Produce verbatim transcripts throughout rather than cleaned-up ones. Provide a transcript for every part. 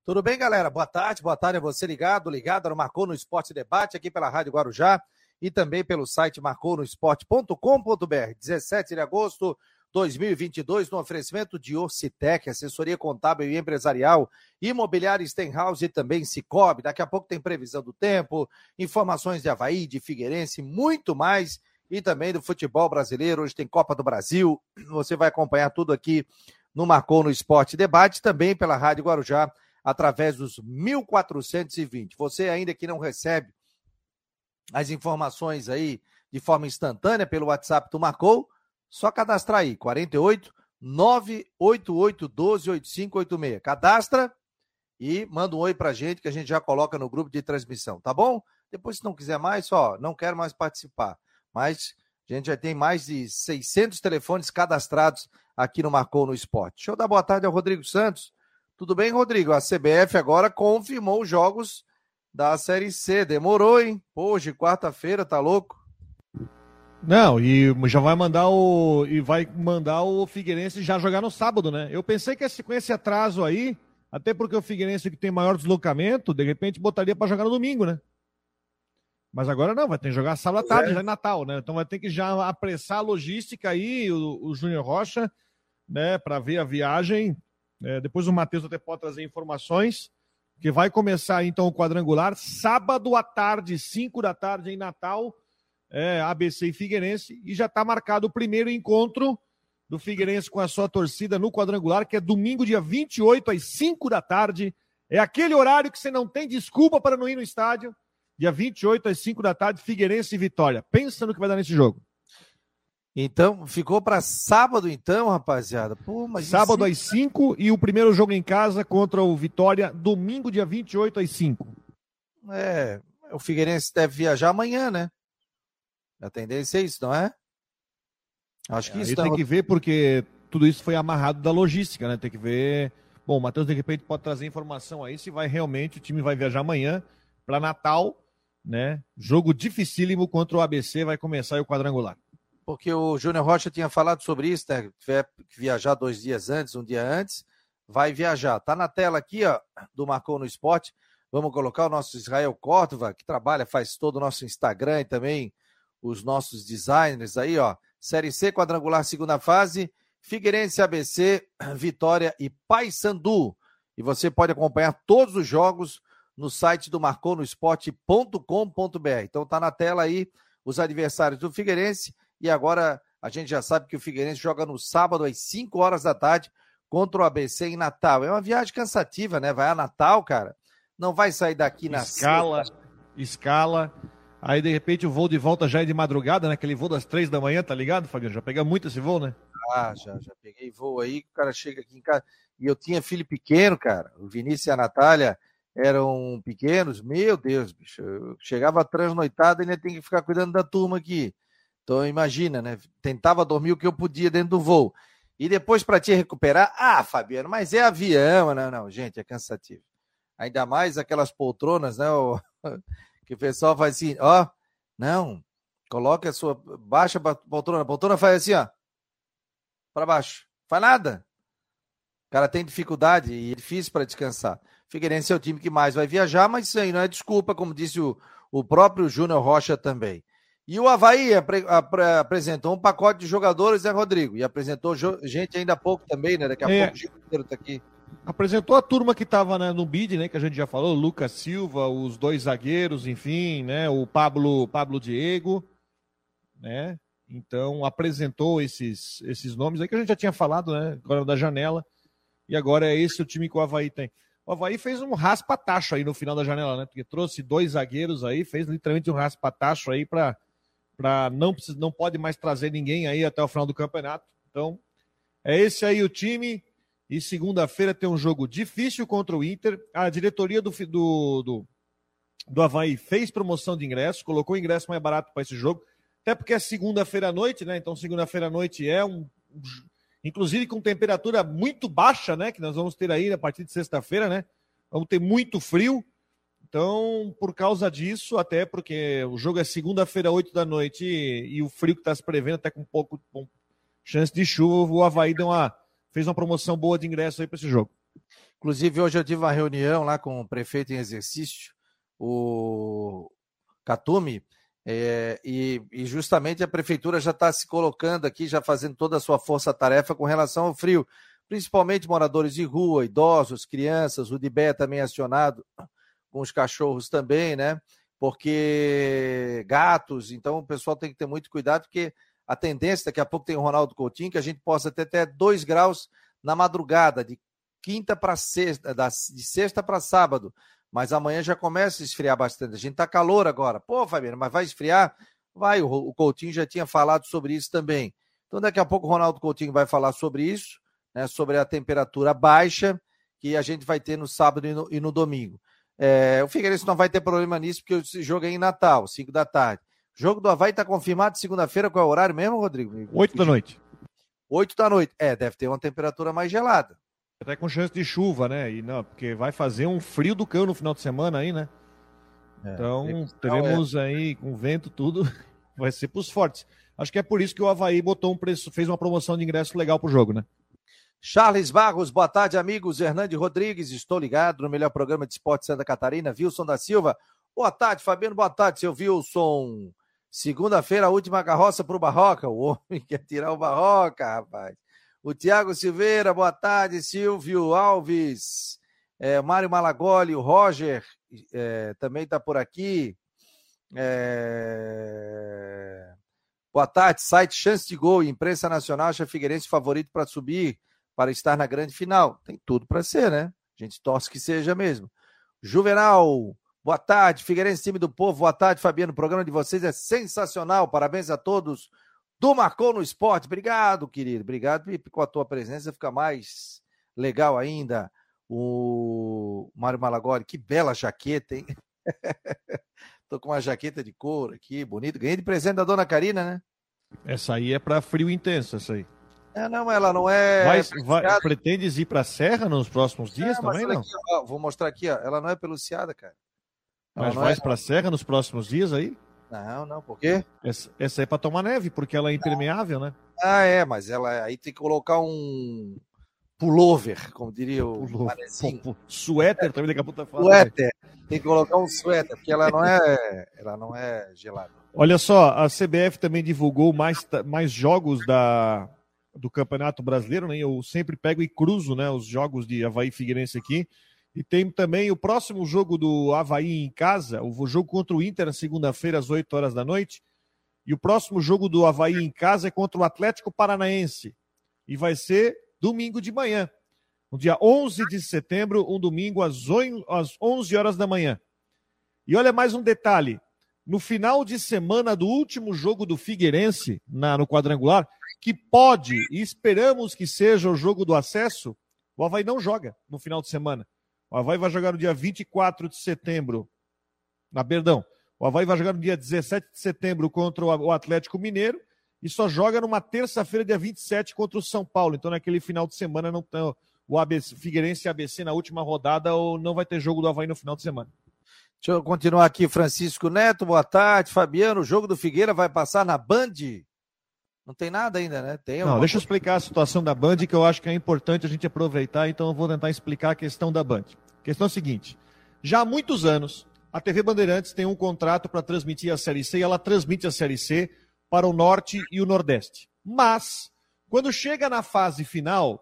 Tudo bem, galera? Boa tarde, boa tarde a você ligado, ligado no Marcou no Esporte Debate, aqui pela Rádio Guarujá e também pelo site marcou no esporte ponto com ponto b r. dezessete de agosto de dois mil e vinte e dois, no oferecimento de Orcitec, assessoria contábil e empresarial, imobiliária Stenhouse e também Cicobi. Daqui a pouco tem previsão do tempo, informações de Avaí, de Figueirense, muito mais, e também do futebol brasileiro. Hoje tem Copa do Brasil, você vai acompanhar tudo aqui no Marcou no Esporte Debate, também pela Rádio Guarujá, através dos mil quatrocentos e vinte. Você ainda que não recebe as informações aí de forma instantânea pelo WhatsApp do Marcou, só cadastrar aí, quarenta e oito, nove oito oito, doze, oitenta e cinco oitenta e seis. Cadastra e manda um oi pra gente que a gente já coloca no grupo de transmissão, tá bom? Depois, se não quiser mais, ó, não quero mais participar. Mas a gente já tem mais de seiscentos telefones cadastrados aqui no Marcou no Esporte. Deixa eu dar boa tarde ao Rodrigo Santos. Tudo bem, Rodrigo? A C B F agora confirmou os jogos da Série C. Demorou, hein? Pô, hoje, quarta-feira, tá louco? Não, e já vai mandar o e vai mandar o Figueirense já jogar no sábado, né? Eu pensei que esse, com esse atraso aí, até porque o Figueirense que tem maior deslocamento, de repente botaria para jogar no domingo, né? Mas agora não, vai ter que jogar sábado à tarde, é. já é Natal, né? Então vai ter que já apressar a logística aí, o, o Júnior Rocha, né, para ver a viagem. É, depois o Matheus até pode trazer informações, que vai começar então o quadrangular, sábado à tarde, cinco da tarde em Natal, é, A B C e Figueirense, e já está marcado o primeiro encontro do Figueirense com a sua torcida no quadrangular, que é domingo, dia vinte e oito, às cinco da tarde, é aquele horário que você não tem desculpa para não ir no estádio, dia vinte e oito, às cinco da tarde, Figueirense e Vitória. Pensa no que vai dar nesse jogo. Então, ficou para sábado então, rapaziada. Pô, mas sábado às cinco e o primeiro jogo em casa contra o Vitória, domingo, dia vinte e oito, às cinco. É, o Figueirense deve viajar amanhã, né? A tendência é isso, não é? Acho que é, isso aí não... tem que ver, porque tudo isso foi amarrado da logística, né? Tem que ver. Bom, o Matheus, de repente, pode trazer informação aí se vai realmente, o time vai viajar amanhã para Natal, né? Jogo dificílimo contra o A B C, vai começar aí o quadrangular. Porque o Júnior Rocha tinha falado sobre isso, né? Tiver que viajar dois dias antes, um dia antes, vai viajar. Tá na tela aqui, ó, do Marcou no Esporte. Vamos colocar o nosso Israel Córdova, que trabalha, faz todo o nosso Instagram e também os nossos designers aí, ó. Série C, quadrangular, segunda fase, Figueirense, A B C, Vitória e Paysandu. E você pode acompanhar todos os jogos no site do marcou no esporte ponto com ponto b r. Então tá na tela aí os adversários do Figueirense. E agora a gente já sabe que o Figueirense joga no sábado às cinco horas da tarde contra o A B C em Natal. É uma viagem cansativa, né? Vai a Natal, cara. Não vai sair daqui na escala, sexta. escala. Aí, de repente, o voo de volta já é de madrugada, né? Aquele voo das três da manhã, tá ligado, Fabiano? Já pega muito esse voo, né? Ah, já, já peguei voo aí, o cara chega aqui em casa. E eu tinha filho pequeno, cara. O Vinícius e a Natália eram pequenos. Meu Deus, bicho. Eu chegava transnoitado e ainda tem que ficar cuidando da turma aqui. Então, imagina, né? Tentava dormir o que eu podia dentro do voo. E depois, para te recuperar, ah, Fabiano, mas é avião. Não, não, gente, é cansativo. Ainda mais aquelas poltronas, né? O... que o pessoal faz assim, ó, não, coloca a sua, baixa a poltrona, a poltrona faz assim, ó, para baixo. Faz nada. O cara tem dificuldade e é difícil para descansar. Figueirense é o time que mais vai viajar, mas isso aí não é desculpa, como disse o, o próprio Júnior Rocha também. E o Avaí apre, apre, apresentou um pacote de jogadores, né, Rodrigo? E apresentou jo- gente ainda há pouco também, né? Daqui a é. pouco o Gil Pinheiro tá aqui. Apresentou a turma que estava, né, no bid, né? Que a gente já falou, Lucas Silva, os dois zagueiros, enfim, né? O Pablo, Pablo Diego, né? Então, apresentou esses, esses nomes aí que a gente já tinha falado, né? Agora da janela. E agora é esse o time que o Avaí tem. O Avaí fez um raspa-tacho aí no final da janela, né? Porque trouxe dois zagueiros aí, fez literalmente um raspa-tacho aí para para não, não pode mais trazer ninguém aí até o final do campeonato. Então, é esse aí o time. E segunda-feira tem um jogo difícil contra o Inter. A diretoria do, do, do, do Avaí fez promoção de ingresso, colocou o ingresso mais barato para esse jogo. Até porque é segunda-feira à noite, né? Então, segunda-feira à noite é um... Inclusive com temperatura muito baixa, né? Que nós vamos ter aí a partir de sexta-feira, né? Vamos ter muito frio. Então, por causa disso, até porque o jogo é segunda-feira, oito da noite, e, e o frio que está se prevendo, até com um pouco com chance de chuva, o Avaí deu uma, fez uma promoção boa de ingresso aí para esse jogo. Inclusive, hoje eu tive uma reunião lá com o prefeito em exercício, o Catume, é, e, e justamente a prefeitura já está se colocando aqui, já fazendo toda a sua força-tarefa com relação ao frio, principalmente moradores de rua, idosos, crianças, o D B E também acionado, com os cachorros também, né? Porque gatos, então o pessoal tem que ter muito cuidado, porque a tendência, daqui a pouco tem o Ronaldo Coutinho, que a gente possa ter até dois graus na madrugada, de quinta para sexta, de sexta para sábado, mas amanhã já começa a esfriar bastante. A gente tá calor agora. Pô, Fabiano, mas vai esfriar? Vai, o, o Coutinho já tinha falado sobre isso também. Então daqui a pouco o Ronaldo Coutinho vai falar sobre isso, né, sobre a temperatura baixa que a gente vai ter no sábado e no, e no domingo. É, o Figueirense não vai ter problema nisso, porque esse jogo é em Natal, cinco da tarde. O jogo do Avaí está confirmado segunda-feira, qual é o horário mesmo, Rodrigo? oito da noite. oito da noite. É, deve ter uma temperatura mais gelada. Até com chance de chuva, né? E não, porque vai fazer um frio do cão no final de semana aí, né? É, então, teremos é. aí com vento tudo, vai ser pros fortes. Acho que é por isso que o Avaí botou um preço, fez uma promoção de ingresso legal pro jogo, né? Charles Barros, boa tarde, amigos. Hernande Rodrigues, estou ligado no melhor programa de esporte Santa Catarina. Wilson da Silva, boa tarde, Fabiano, boa tarde, seu Wilson. Segunda-feira, a última carroça pro Barroca. O homem quer tirar o Barroca, rapaz. O Tiago Silveira, boa tarde. Silvio Alves, é, Mário Malagoli, o Roger é, também está por aqui. É... Boa tarde, site Chance de Gol, imprensa nacional acha Figueirense favorito para subir, para estar na grande final. Tem tudo para ser, né? A gente torce que seja mesmo. Juvenal, boa tarde, Figueirense, time do povo. Boa tarde, Fabiano. O programa de vocês é sensacional. Parabéns a todos do Marcou no Esporte. Obrigado, querido. Obrigado. E com a tua presença fica mais legal ainda. O Mário Malagoli, que bela jaqueta, hein? Tô com uma jaqueta de couro aqui, bonito. Ganhei de presente da dona Karina, né? Essa aí é para frio intenso, essa aí. É, não, ela não é... Vai, vai, pretendes ir para a Serra nos próximos dias é, também, não? Aqui, ó, vou mostrar aqui, ó. Ela não é peluciada, cara. Ela mas vai é... para a Serra nos próximos dias aí? Não, não, por quê? Essa, essa é para tomar neve, porque ela é impermeável, não. né? Ah, é, mas ela aí tem que colocar um pullover, como diria o Manezinho. Suéter também, daqui a pouco tá falando. Suéter, tem que colocar um suéter, porque ela não é, ela não é gelada. Olha só, a C B F também divulgou mais, mais jogos da, do Campeonato Brasileiro, né? Eu sempre pego e cruzo, né, os jogos de Avaí e Figueirense aqui. E tem também o próximo jogo do Avaí em casa, o jogo contra o Inter na segunda-feira às oito horas da noite. E o próximo jogo do Avaí em casa é contra o Atlético Paranaense. E vai ser domingo de manhã, no dia onze de setembro, um domingo às onze horas da manhã. E olha mais um detalhe, no final de semana do último jogo do Figueirense, na, no quadrangular, que pode, e esperamos que seja o jogo do acesso, o Avaí não joga no final de semana. O Avaí vai jogar no dia vinte e quatro de setembro, na perdão, o Avaí vai jogar no dia dezessete de setembro contra o Atlético Mineiro e só joga numa terça-feira, dia vinte e sete, contra o São Paulo. Então, naquele final de semana, não tem, o A B C, Figueirense e A B C na última rodada, ou não vai ter jogo do Avaí no final de semana. Deixa eu continuar aqui, Francisco Neto, boa tarde. Fabiano, o jogo do Figueira vai passar na Band? Não tem nada ainda, né? Tem não, deixa eu explicar a situação da Band, que eu acho que é importante a gente aproveitar, então eu vou tentar explicar a questão da Band. A questão é a seguinte, já há muitos anos, a T V Bandeirantes tem um contrato para transmitir a Série C, e ela transmite a Série C para o Norte e o Nordeste. Mas, quando chega na fase final,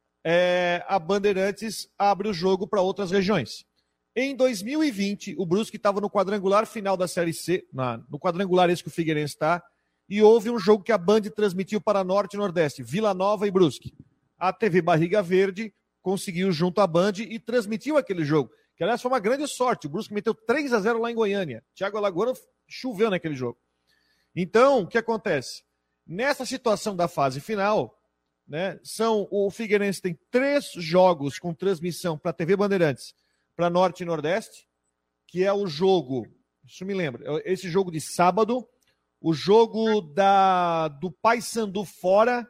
é, a Bandeirantes abre o jogo para outras regiões. Em dois mil e vinte, o Brusque estava no quadrangular final da Série C, na, no quadrangular esse que o Figueirense está, e houve um jogo que a Band transmitiu para Norte e Nordeste, Vila Nova e Brusque. A T V Barriga Verde conseguiu junto à Band e transmitiu aquele jogo, que aliás foi uma grande sorte. O Brusque meteu três a zero lá em Goiânia. Thiago Alagoano choveu naquele jogo. Então, o que acontece? Nessa situação da fase final, né, são, o Figueirense tem três jogos com transmissão para a T V Bandeirantes, para Norte e Nordeste, que é o jogo, isso me lembra, esse jogo de sábado, o jogo da, do Paysandu fora,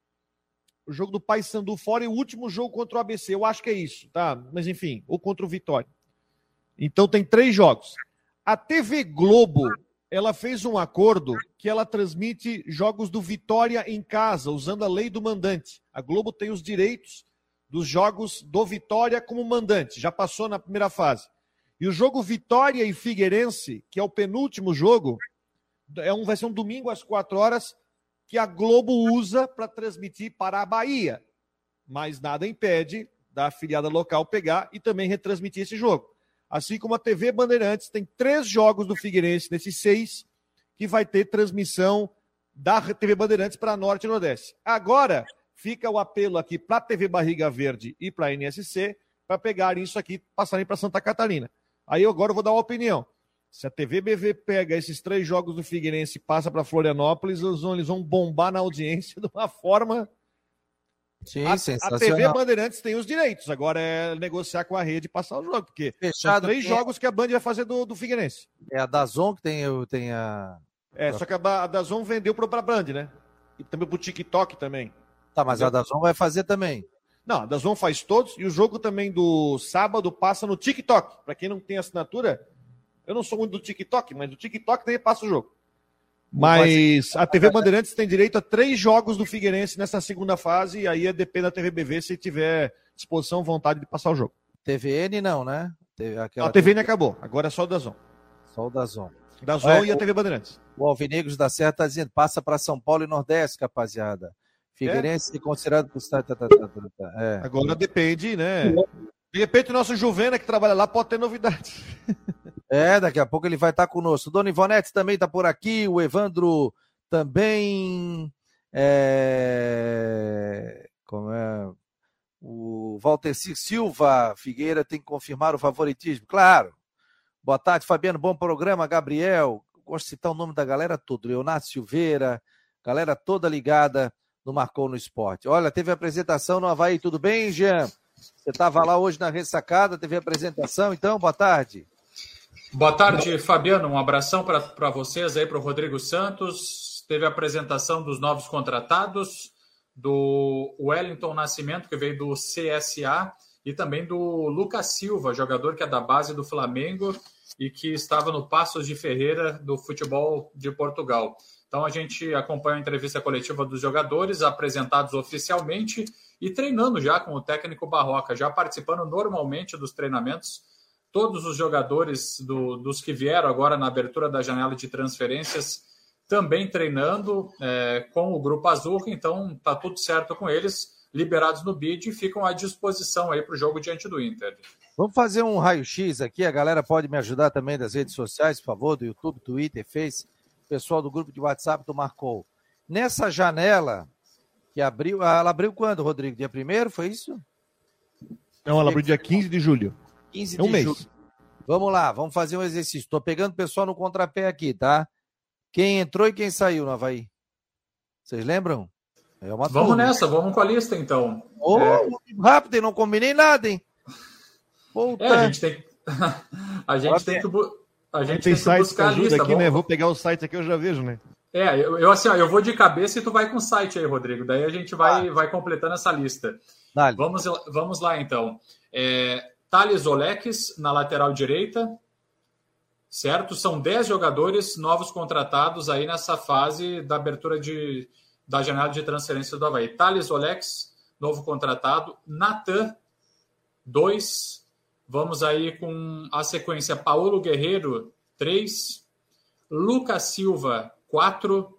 o jogo do Paysandu fora e o último jogo contra o A B C, eu acho que é isso, tá? Mas enfim, ou contra o Vitória. Então tem três jogos. A T V Globo, ela fez um acordo que ela transmite jogos do Vitória em casa, usando a lei do mandante. A Globo tem os direitos dos jogos do Vitória como mandante. Já passou na primeira fase. E o jogo Vitória e Figueirense, que é o penúltimo jogo, é um, vai ser um domingo às quatro horas, que a Globo usa para transmitir para a Bahia. Mas nada impede da afiliada local pegar e também retransmitir esse jogo. Assim como a T V Bandeirantes tem três jogos do Figueirense, desses seis, que vai ter transmissão da T V Bandeirantes para Norte e Nordeste. Agora, fica o apelo aqui para a T V Barriga Verde e para a N S C para pegarem isso aqui e passarem para Santa Catarina. Aí agora eu vou dar uma opinião. Se a T V B V pega esses três jogos do Figueirense e passa para Florianópolis, eles vão, eles vão bombar na audiência de uma forma... Sim, a, sensacional. a T V Bandeirantes tem os direitos, agora é negociar com a rede e passar o jogo, porque Fechado, são três tem... jogos que a Band vai fazer do, do Figueirense. É a DAZN que tem, tem a... É, só que a, a DAZN vendeu para a Band, né? E também para o TikTok também. Tá, mas entendeu? A DAZN vai fazer também. Não, a DAZN faz todos, e o jogo também do sábado passa no TikTok. Para quem não tem assinatura, eu não sou muito do TikTok, mas do TikTok também passa o jogo. Mas a T V Bandeirantes tem direito a três jogos do Figueirense nessa segunda fase, e aí depende da T V B V se tiver disposição, vontade de passar o jogo. T V N não, né? Aquela... A T V N acabou, agora é só o DAZN. Só o DAZN. DAZN é, e a T V Bandeirantes. O Alvinegros da Serra está dizendo, passa para São Paulo e Nordeste, rapaziada. Figueirense é considerado por... Tá, tá, tá, tá, tá. É. Agora depende, né? De repente o nosso Juvena que trabalha lá pode ter novidades. É, daqui a pouco ele vai estar conosco. Dona Ivonete também está por aqui, o Evandro também, é... como é? O Valteci Silva Figueira tem que confirmar o favoritismo, claro. Boa tarde, Fabiano, bom programa, Gabriel, gosto de citar o nome da galera toda, Leonardo Silveira, galera toda ligada no Marcou no Esporte. Olha, teve apresentação no Avaí, tudo bem, Jean? Você estava lá hoje na ressacada, teve apresentação, então, boa tarde. Boa tarde, Fabiano. Um abração para vocês aí, para o Rodrigo Santos. Teve a apresentação dos novos contratados, do Wellington Nascimento, que veio do C S A, e também do Lucas Silva, jogador que é da base do Flamengo e que estava no Passos de Ferreira do futebol de Portugal. Então a gente acompanha a entrevista coletiva dos jogadores, apresentados oficialmente e treinando já com o técnico Barroca, já participando normalmente dos treinamentos. Todos os jogadores do, dos que vieram agora na abertura da janela de transferências também treinando é, com o Grupo Azul, então está tudo certo com eles, liberados no B I D e ficam à disposição aí para o jogo diante do Inter. Vamos fazer um raio-x aqui, a galera pode me ajudar também das redes sociais, por favor, do YouTube, Twitter, Face, pessoal do grupo de WhatsApp do Marcou. Nessa janela que abriu, ela abriu quando, Rodrigo? Dia primeiro, foi isso? Não, ela abriu dia quinze de julho. quinze é um de mês. julho. Vamos lá, vamos fazer um exercício. Estou pegando o pessoal no contrapé aqui, tá? Quem entrou e quem saiu no Avaí? Vocês lembram? É uma vamos turma. nessa, vamos com a lista então. Oh, é... Rápido, hein? Não combinei nada, hein? É, a gente tem, a gente tem que, bu... a gente tem tem que buscar a lista. Aqui, vamos... né? Vou pegar o site aqui, eu já vejo, né? É, eu, eu assim, ó, eu vou de cabeça e tu vai com o site aí, Rodrigo. Daí a gente vai, ah. vai completando essa lista. Dale. Vamos, vamos lá, então. É, Thales Oleques, na lateral direita. Certo? São dez jogadores novos contratados aí nessa fase da abertura de, da janela de transferência do Avaí. Thales Oleques, novo contratado. Natan, dois. Vamos aí com a sequência Paulo Guerreiro, três. Lucas Silva, quatro.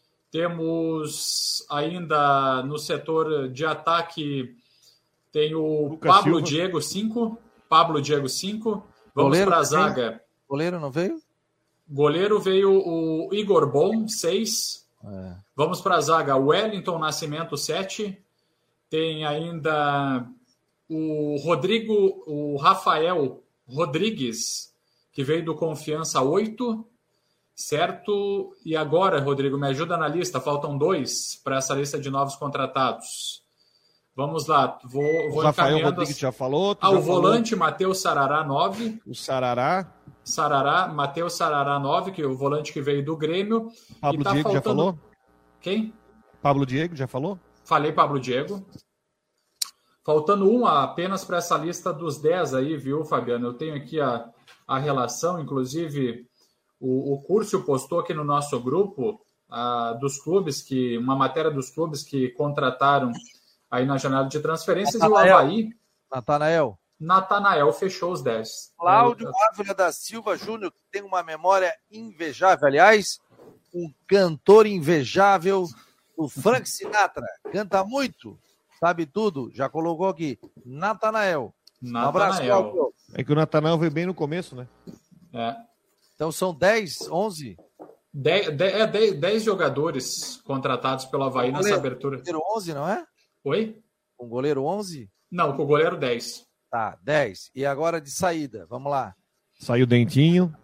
Temos ainda no setor de ataque, tem o Lucas Pablo Silva. Diego, cinco. Pablo Diego, cinco. Vamos para a zaga. Goleiro não veio? Goleiro veio o Igor Bom, seis. É. Vamos para a zaga. Wellington Nascimento, sete. Tem ainda o Rodrigo, o Rafael Rodrigues, que veio do Confiança, oito. Certo? E agora, Rodrigo, me ajuda na lista. Faltam dois para essa lista de novos contratados. Vamos lá. Vou, vou o Rafael encaminhando. Rodrigues já falou. Ah, já o volante, Matheus Sarará, nove. O Sarará. Sarará, Matheus Sarará, nove, que é o volante que veio do Grêmio. Pablo tá Diego faltando... já falou? Quem? Pablo Diego já falou? Falei Pablo Diego. Faltando um apenas para essa lista dos dez aí, viu, Fabiano? Eu tenho aqui a, a relação, inclusive o, o Curcio postou aqui no nosso grupo a, dos clubes, que uma matéria dos clubes que contrataram aí na janela de transferências. Natanael. E o Avaí... Natanael. Natanael fechou os dez. Cláudio Ávila da Silva Júnior, que tem uma memória invejável. Aliás, um cantor invejável, o Frank Sinatra. Canta muito, sabe tudo. Já colocou aqui. Natanael. Um abraço, Cláudio. É que o Natanael veio bem no começo, né? É. Então são dez, onze? dez, dez, é dez, dez jogadores contratados pelo Avaí goleiro, nessa abertura. Goleiro onze, não é? Oi? Com goleiro onze? Não, com o goleiro dez. Tá, dez. E agora de saída, vamos lá. Saiu Dentinho.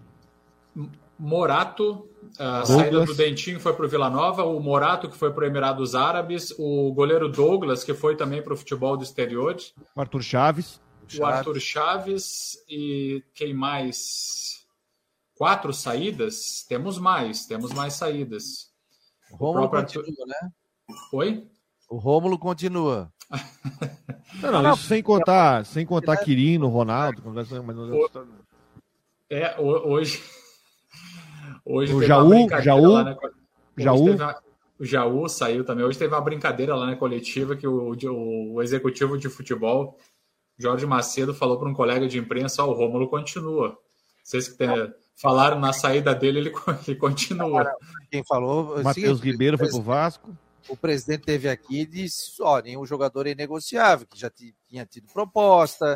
Morato, a saída do Dentinho foi para o Vila Nova, o Morato que foi para o Emirados Árabes, o goleiro Douglas que foi também para o futebol do exterior. O Arthur Chaves. O Arthur Chaves e quem mais? Quatro saídas? Temos mais, temos mais saídas. O Rômulo próprio... continua, né? Oi? O Rômulo continua. Não, não, isso sem contar, sem contar Quirino, Ronaldo. Mas... É, hoje... Hoje o teve Jaú, uma brincadeira Jaú, lá na... Jaú. Uma... O Jaú saiu também. Hoje teve uma brincadeira lá na coletiva que o, o executivo de futebol, Jorge Macedo, falou para um colega de imprensa: oh, o Rômulo continua. Vocês que tem... falaram na saída dele, ele, ele continua. Quem falou... Matheus Ribeiro foi pro Vasco. O presidente teve aqui e disse: ó, nenhum jogador é inegociável, que já t- tinha tido proposta,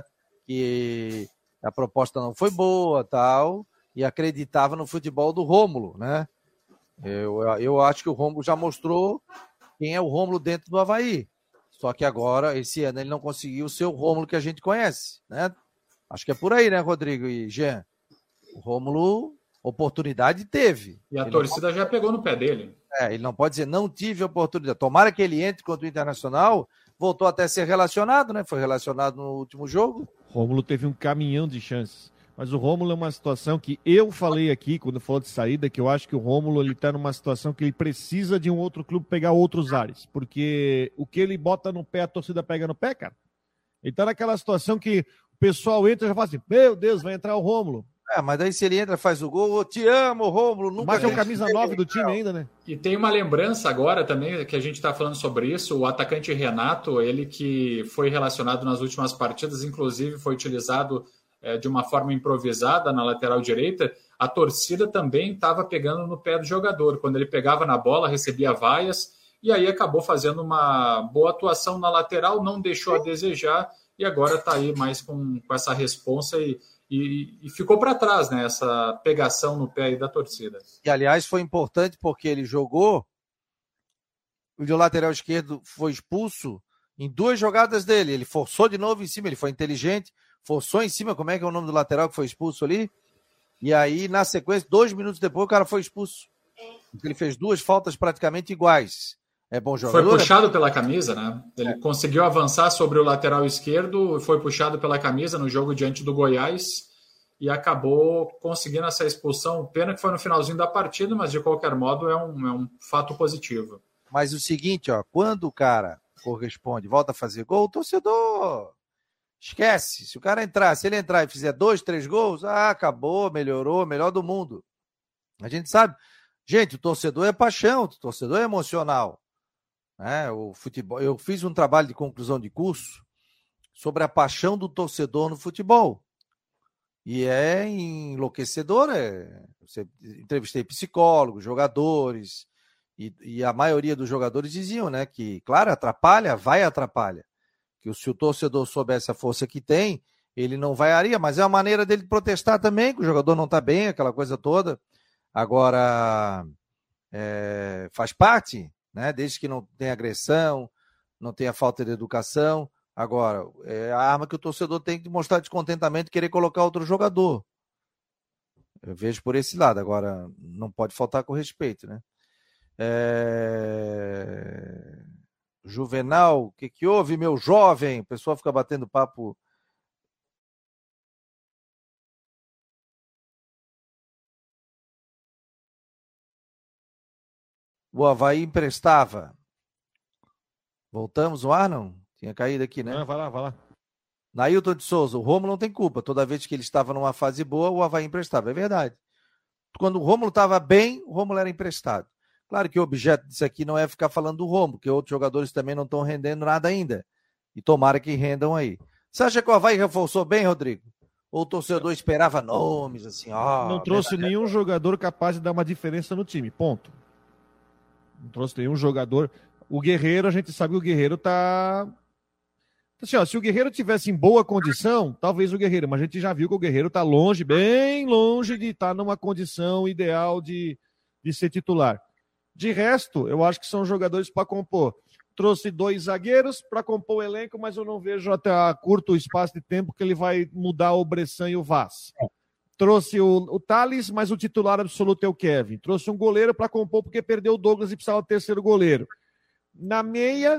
que a proposta não foi boa, tal, e acreditava no futebol do Rômulo, né? Eu, eu acho que o Rômulo já mostrou quem é o Rômulo dentro do Avaí. Só que agora, esse ano, ele não conseguiu ser o Rômulo que a gente conhece, né? Acho que é por aí, né, Rodrigo e Jean? O Rômulo, oportunidade teve. E a ele torcida não... já pegou no pé dele. É, ele não pode dizer, não tive oportunidade. Tomara que ele entre contra o Internacional, voltou até a ser relacionado, né? Foi relacionado no último jogo. Rômulo teve um caminhão de chances. Mas o Rômulo é uma situação que eu falei aqui, quando falou de saída, que eu acho que o Rômulo ele tá numa situação que ele precisa de um outro clube pegar outros ares. Porque o que ele bota no pé, a torcida pega no pé, cara. Ele tá naquela situação que o pessoal entra e já fala assim, meu Deus, vai entrar o Rômulo. É, mas daí se ele entra, faz o gol, eu te amo, Rômulo. Nunca mas é o camisa nove do time ainda, né? E tem uma lembrança agora também, que a gente está falando sobre isso, o atacante Renato, ele que foi relacionado nas últimas partidas, inclusive foi utilizado é, de uma forma improvisada na lateral direita, a torcida também estava pegando no pé do jogador. Quando ele pegava na bola, recebia vaias, e aí acabou fazendo uma boa atuação na lateral, não deixou a desejar, e agora está aí mais com, com essa responsa e E, e ficou para trás, né, essa pegação no pé aí da torcida. E, aliás, foi importante porque ele jogou, o de lateral esquerdo foi expulso em duas jogadas dele. Ele forçou de novo em cima, ele foi inteligente, forçou em cima, como é que é o nome do lateral que foi expulso ali? E aí, na sequência, dois minutos depois, o cara foi expulso. Ele fez duas faltas praticamente iguais. É bom jogador? Foi puxado pela camisa, né? Ele é. conseguiu avançar sobre o lateral esquerdo, foi puxado pela camisa no jogo diante do Goiás e acabou conseguindo essa expulsão. Pena que foi no finalzinho da partida, mas de qualquer modo é um, é um fato positivo. Mas o seguinte, ó, quando o cara corresponde, volta a fazer gol, o torcedor esquece. Se o cara entrar, se ele entrar e fizer dois, três gols, ah, acabou, melhorou, melhor do mundo. A gente sabe. Gente, o torcedor é paixão, o torcedor é emocional. É, o futebol. Eu fiz um trabalho de conclusão de curso sobre a paixão do torcedor no futebol. E é enlouquecedor. É... Você... Entrevistei psicólogos, jogadores, e, e a maioria dos jogadores diziam, né, que, claro, atrapalha, vai atrapalha. Que se o torcedor soubesse a força que tem, ele não vaiaria, mas é uma maneira dele protestar também, que o jogador não está bem, aquela coisa toda. Agora, é... faz parte. Né? Desde que não tenha agressão, não tenha falta de educação. Agora, é a arma que o torcedor tem que mostrar descontentamento e querer colocar outro jogador. Eu vejo por esse lado. Agora, não pode faltar com respeito, né? É... Juvenal, o que, que houve, meu jovem? O pessoal fica batendo papo. O Avaí emprestava. Voltamos no ar, não? Tinha caído aqui, né? Não, vai lá, vai lá. Nailton de Souza, o Rômulo não tem culpa. Toda vez que ele estava numa fase boa, o Avaí emprestava. É verdade. Quando o Rômulo estava bem, o Rômulo era emprestado. Claro que o objeto disso aqui não é ficar falando do Romo, porque outros jogadores também não estão rendendo nada ainda. E tomara que rendam aí. Você acha que o Avaí reforçou bem, Rodrigo? Ou o torcedor esperava nomes, assim, ó... Não trouxe nenhum jogador capaz de dar uma diferença no time, ponto. Não trouxe nenhum jogador. O Guerreiro, a gente sabe que o Guerreiro tá... Assim, ó, se o Guerreiro tivesse em boa condição, talvez o Guerreiro, mas a gente já viu que o Guerreiro tá longe, bem longe de estar numa condição ideal de, de ser titular. De resto, eu acho que são jogadores para compor. Trouxe dois zagueiros para compor o elenco, mas eu não vejo até a curto espaço de tempo que ele vai mudar o Bressan e o Vaz. Trouxe o, o Thales, mas o titular absoluto é o Kevin. Trouxe um goleiro para compor porque perdeu o Douglas e precisava do terceiro goleiro. Na meia,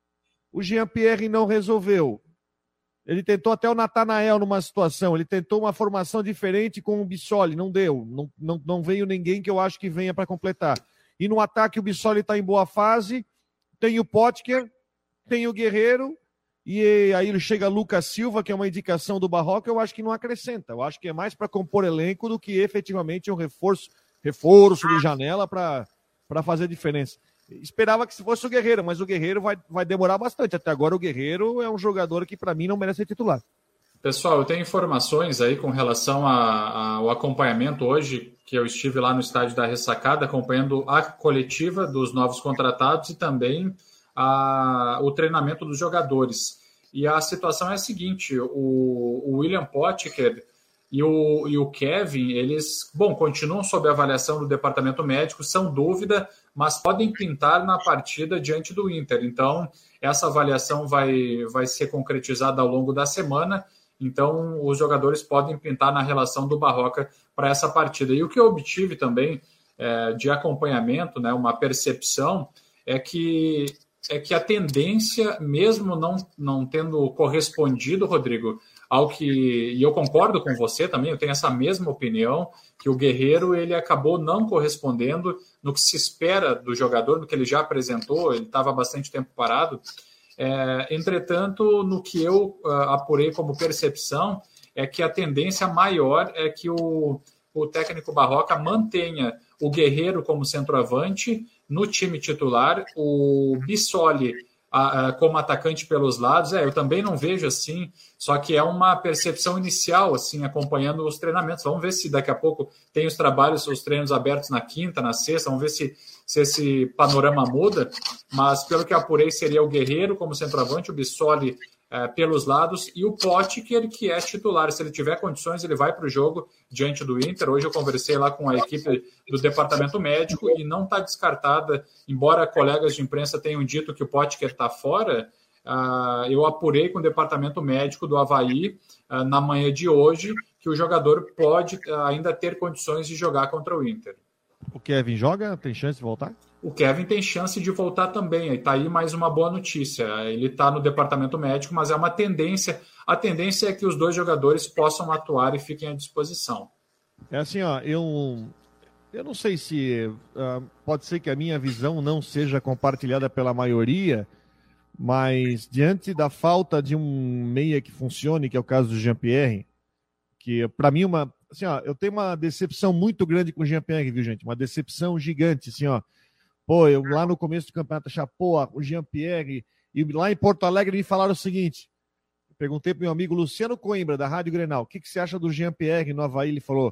o Jean-Pierre não resolveu. Ele tentou até o Natanael numa situação, ele tentou uma formação diferente com o Bissoli, não deu. Não, não, não veio ninguém que eu acho que venha para completar. E no ataque o Bissoli está em boa fase, tem o Potker, tem o Guerreiro, e aí ele chega Lucas Silva, que é uma indicação do Barroca, eu acho que não acrescenta. Eu acho que é mais para compor elenco do que efetivamente um reforço, reforço de janela para fazer diferença. Esperava que fosse o Guerreiro, mas o Guerreiro vai, vai demorar bastante. Até agora o Guerreiro é um jogador que para mim não merece ser titular. Pessoal, eu tenho informações aí com relação a, a, ao acompanhamento hoje, que eu estive lá no estádio da Ressacada, acompanhando a coletiva dos novos contratados e também a, o treinamento dos jogadores. E a situação é a seguinte, o, o William Potker e o, e o Kevin, eles, bom, continuam sob avaliação do departamento médico, são dúvida, mas podem pintar na partida diante do Inter. Então, essa avaliação vai, vai ser concretizada ao longo da semana. Então, os jogadores podem pintar na relação do Barroca para essa partida. E o que eu obtive também é, de acompanhamento, né, uma percepção, é que, é que a tendência, mesmo não, não tendo correspondido, Rodrigo, ao que, e eu concordo com você também, eu tenho essa mesma opinião, que o Guerreiro ele acabou não correspondendo no que se espera do jogador, no que ele já apresentou, ele estava bastante tempo parado. É, entretanto, no que eu uh, apurei como percepção, é que a tendência maior é que o, o técnico Barroca mantenha o Guerreiro como centroavante no time titular, o Bissoli a, a, como atacante pelos lados. É, eu também não vejo assim, só que é uma percepção inicial, assim, acompanhando os treinamentos. Vamos ver se daqui a pouco tem os trabalhos, os treinos abertos na quinta, na sexta, vamos ver se, se esse panorama muda, mas pelo que apurei seria o Guerreiro como centroavante, o Bissoli é, pelos lados e o Potker, que é titular. Se ele tiver condições, ele vai para o jogo diante do Inter. Hoje eu conversei lá com a equipe do departamento médico e não está descartada, embora colegas de imprensa tenham dito que o Potker está fora. Uh, eu apurei com o departamento médico do Avaí uh, na manhã de hoje que o jogador pode uh, ainda ter condições de jogar contra o Inter. O Kevin joga? Tem chance de voltar? O Kevin tem chance de voltar também. Está aí mais uma boa notícia. Ele está no departamento médico, mas é uma tendência. A tendência é que os dois jogadores possam atuar e fiquem à disposição. É assim, ó, eu, eu não sei se uh, pode ser que a minha visão não seja compartilhada pela maioria, mas diante da falta de um meia que funcione, que é o caso do Jean-Pierre, que para mim uma, assim, ó, eu tenho uma decepção muito grande com o Jean-Pierre, viu, gente? Uma decepção gigante, assim, ó. Pô, eu lá no começo do campeonato achava, pô, o Jean-Pierre, e lá em Porto Alegre me falaram o seguinte, eu perguntei pro meu amigo Luciano Coimbra, da Rádio Grenal, o que, que você acha do Jean-Pierre no Avaí? Ele falou,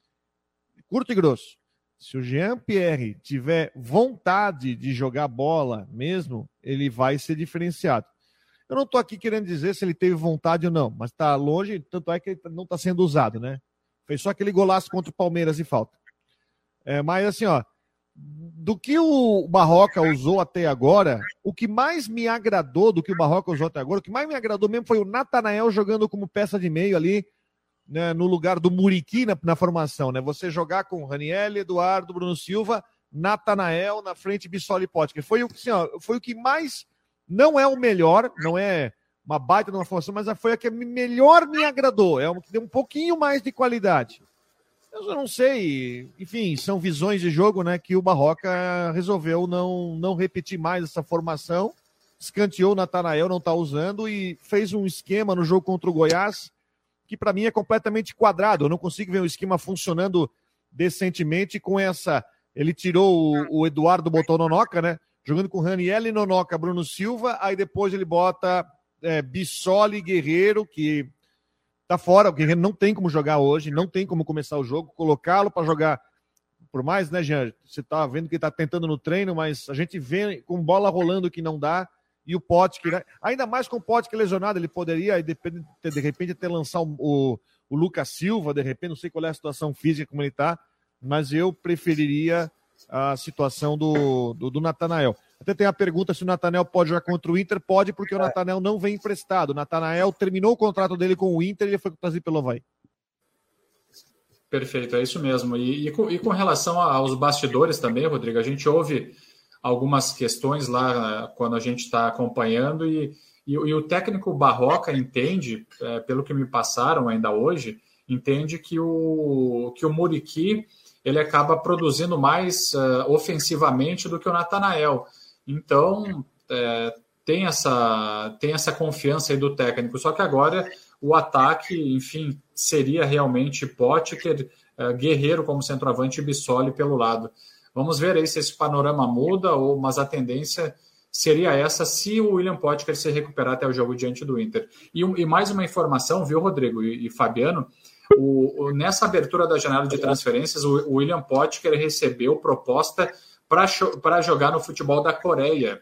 curto e grosso, se o Jean-Pierre tiver vontade de jogar bola mesmo, ele vai ser diferenciado. Eu não estou aqui querendo dizer se ele teve vontade ou não, mas está longe, tanto é que ele não está sendo usado, né? Fez só aquele golaço contra o Palmeiras e falta. É, mas assim, ó, do que o Barroca usou até agora, o que mais me agradou do que o Barroca usou até agora, o que mais me agradou mesmo foi o Natanael jogando como peça de meio ali, né, no lugar do Muriqui na, na formação, né? Você jogar com Raniel, Eduardo, Bruno Silva, Natanael na frente, Bissoli e Potker. Foi o, assim, ó, foi o que mais, não é o melhor, não é uma baita de uma formação, mas foi a que melhor me agradou, é uma que deu um pouquinho mais de qualidade. Eu não sei, enfim, são visões de jogo, né, que o Barroca resolveu não, não repetir mais essa formação, escanteou o Natanael, não está usando e fez um esquema no jogo contra o Goiás que para mim é completamente quadrado. Eu não consigo ver um esquema funcionando decentemente com essa ele tirou o, o Eduardo, botou Nonoca, né? Jogando com Raniel e Nonoca, Bruno Silva, aí depois ele bota é, Bissoli, Guerreiro, que tá fora, o Guerreiro não tem como jogar hoje, não tem como começar o jogo, colocá-lo para jogar, por mais, né, Jean, você tá vendo que ele tá tentando no treino, mas a gente vê com bola rolando que não dá, e o Potker, né? Ainda mais com o Potker lesionado, ele poderia, de, de repente, até lançar o, o, o Lucas Silva, de repente, não sei qual é a situação física, como ele tá, mas eu preferiria a situação do, do, do Natanael. Até tem a pergunta se o Natanael pode jogar contra o Inter. Pode, porque o Natanael não vem emprestado. O Natanael terminou o contrato dele com o Inter e ele foi trazido pelo Avaí. Perfeito, é isso mesmo. E, e, com, e com relação aos bastidores também, Rodrigo, a gente ouve algumas questões lá quando a gente está acompanhando e, e, e o técnico Barroca entende, é, pelo que me passaram ainda hoje, entende que o, que o Muriqui ele acaba produzindo mais uh, ofensivamente do que o Natanael. Então, é, tem, essa, tem essa confiança aí do técnico. Só que agora o ataque, enfim, seria realmente Potker, uh, Guerreiro como centroavante e Bissoli pelo lado. Vamos ver aí se esse panorama muda, ou, mas a tendência seria essa se o William Potker se recuperar até o jogo diante do Inter. E, e mais uma informação, viu, Rodrigo e, e Fabiano? O, o, nessa abertura da janela de transferências, o, o William Potker recebeu proposta para jogar no futebol da Coreia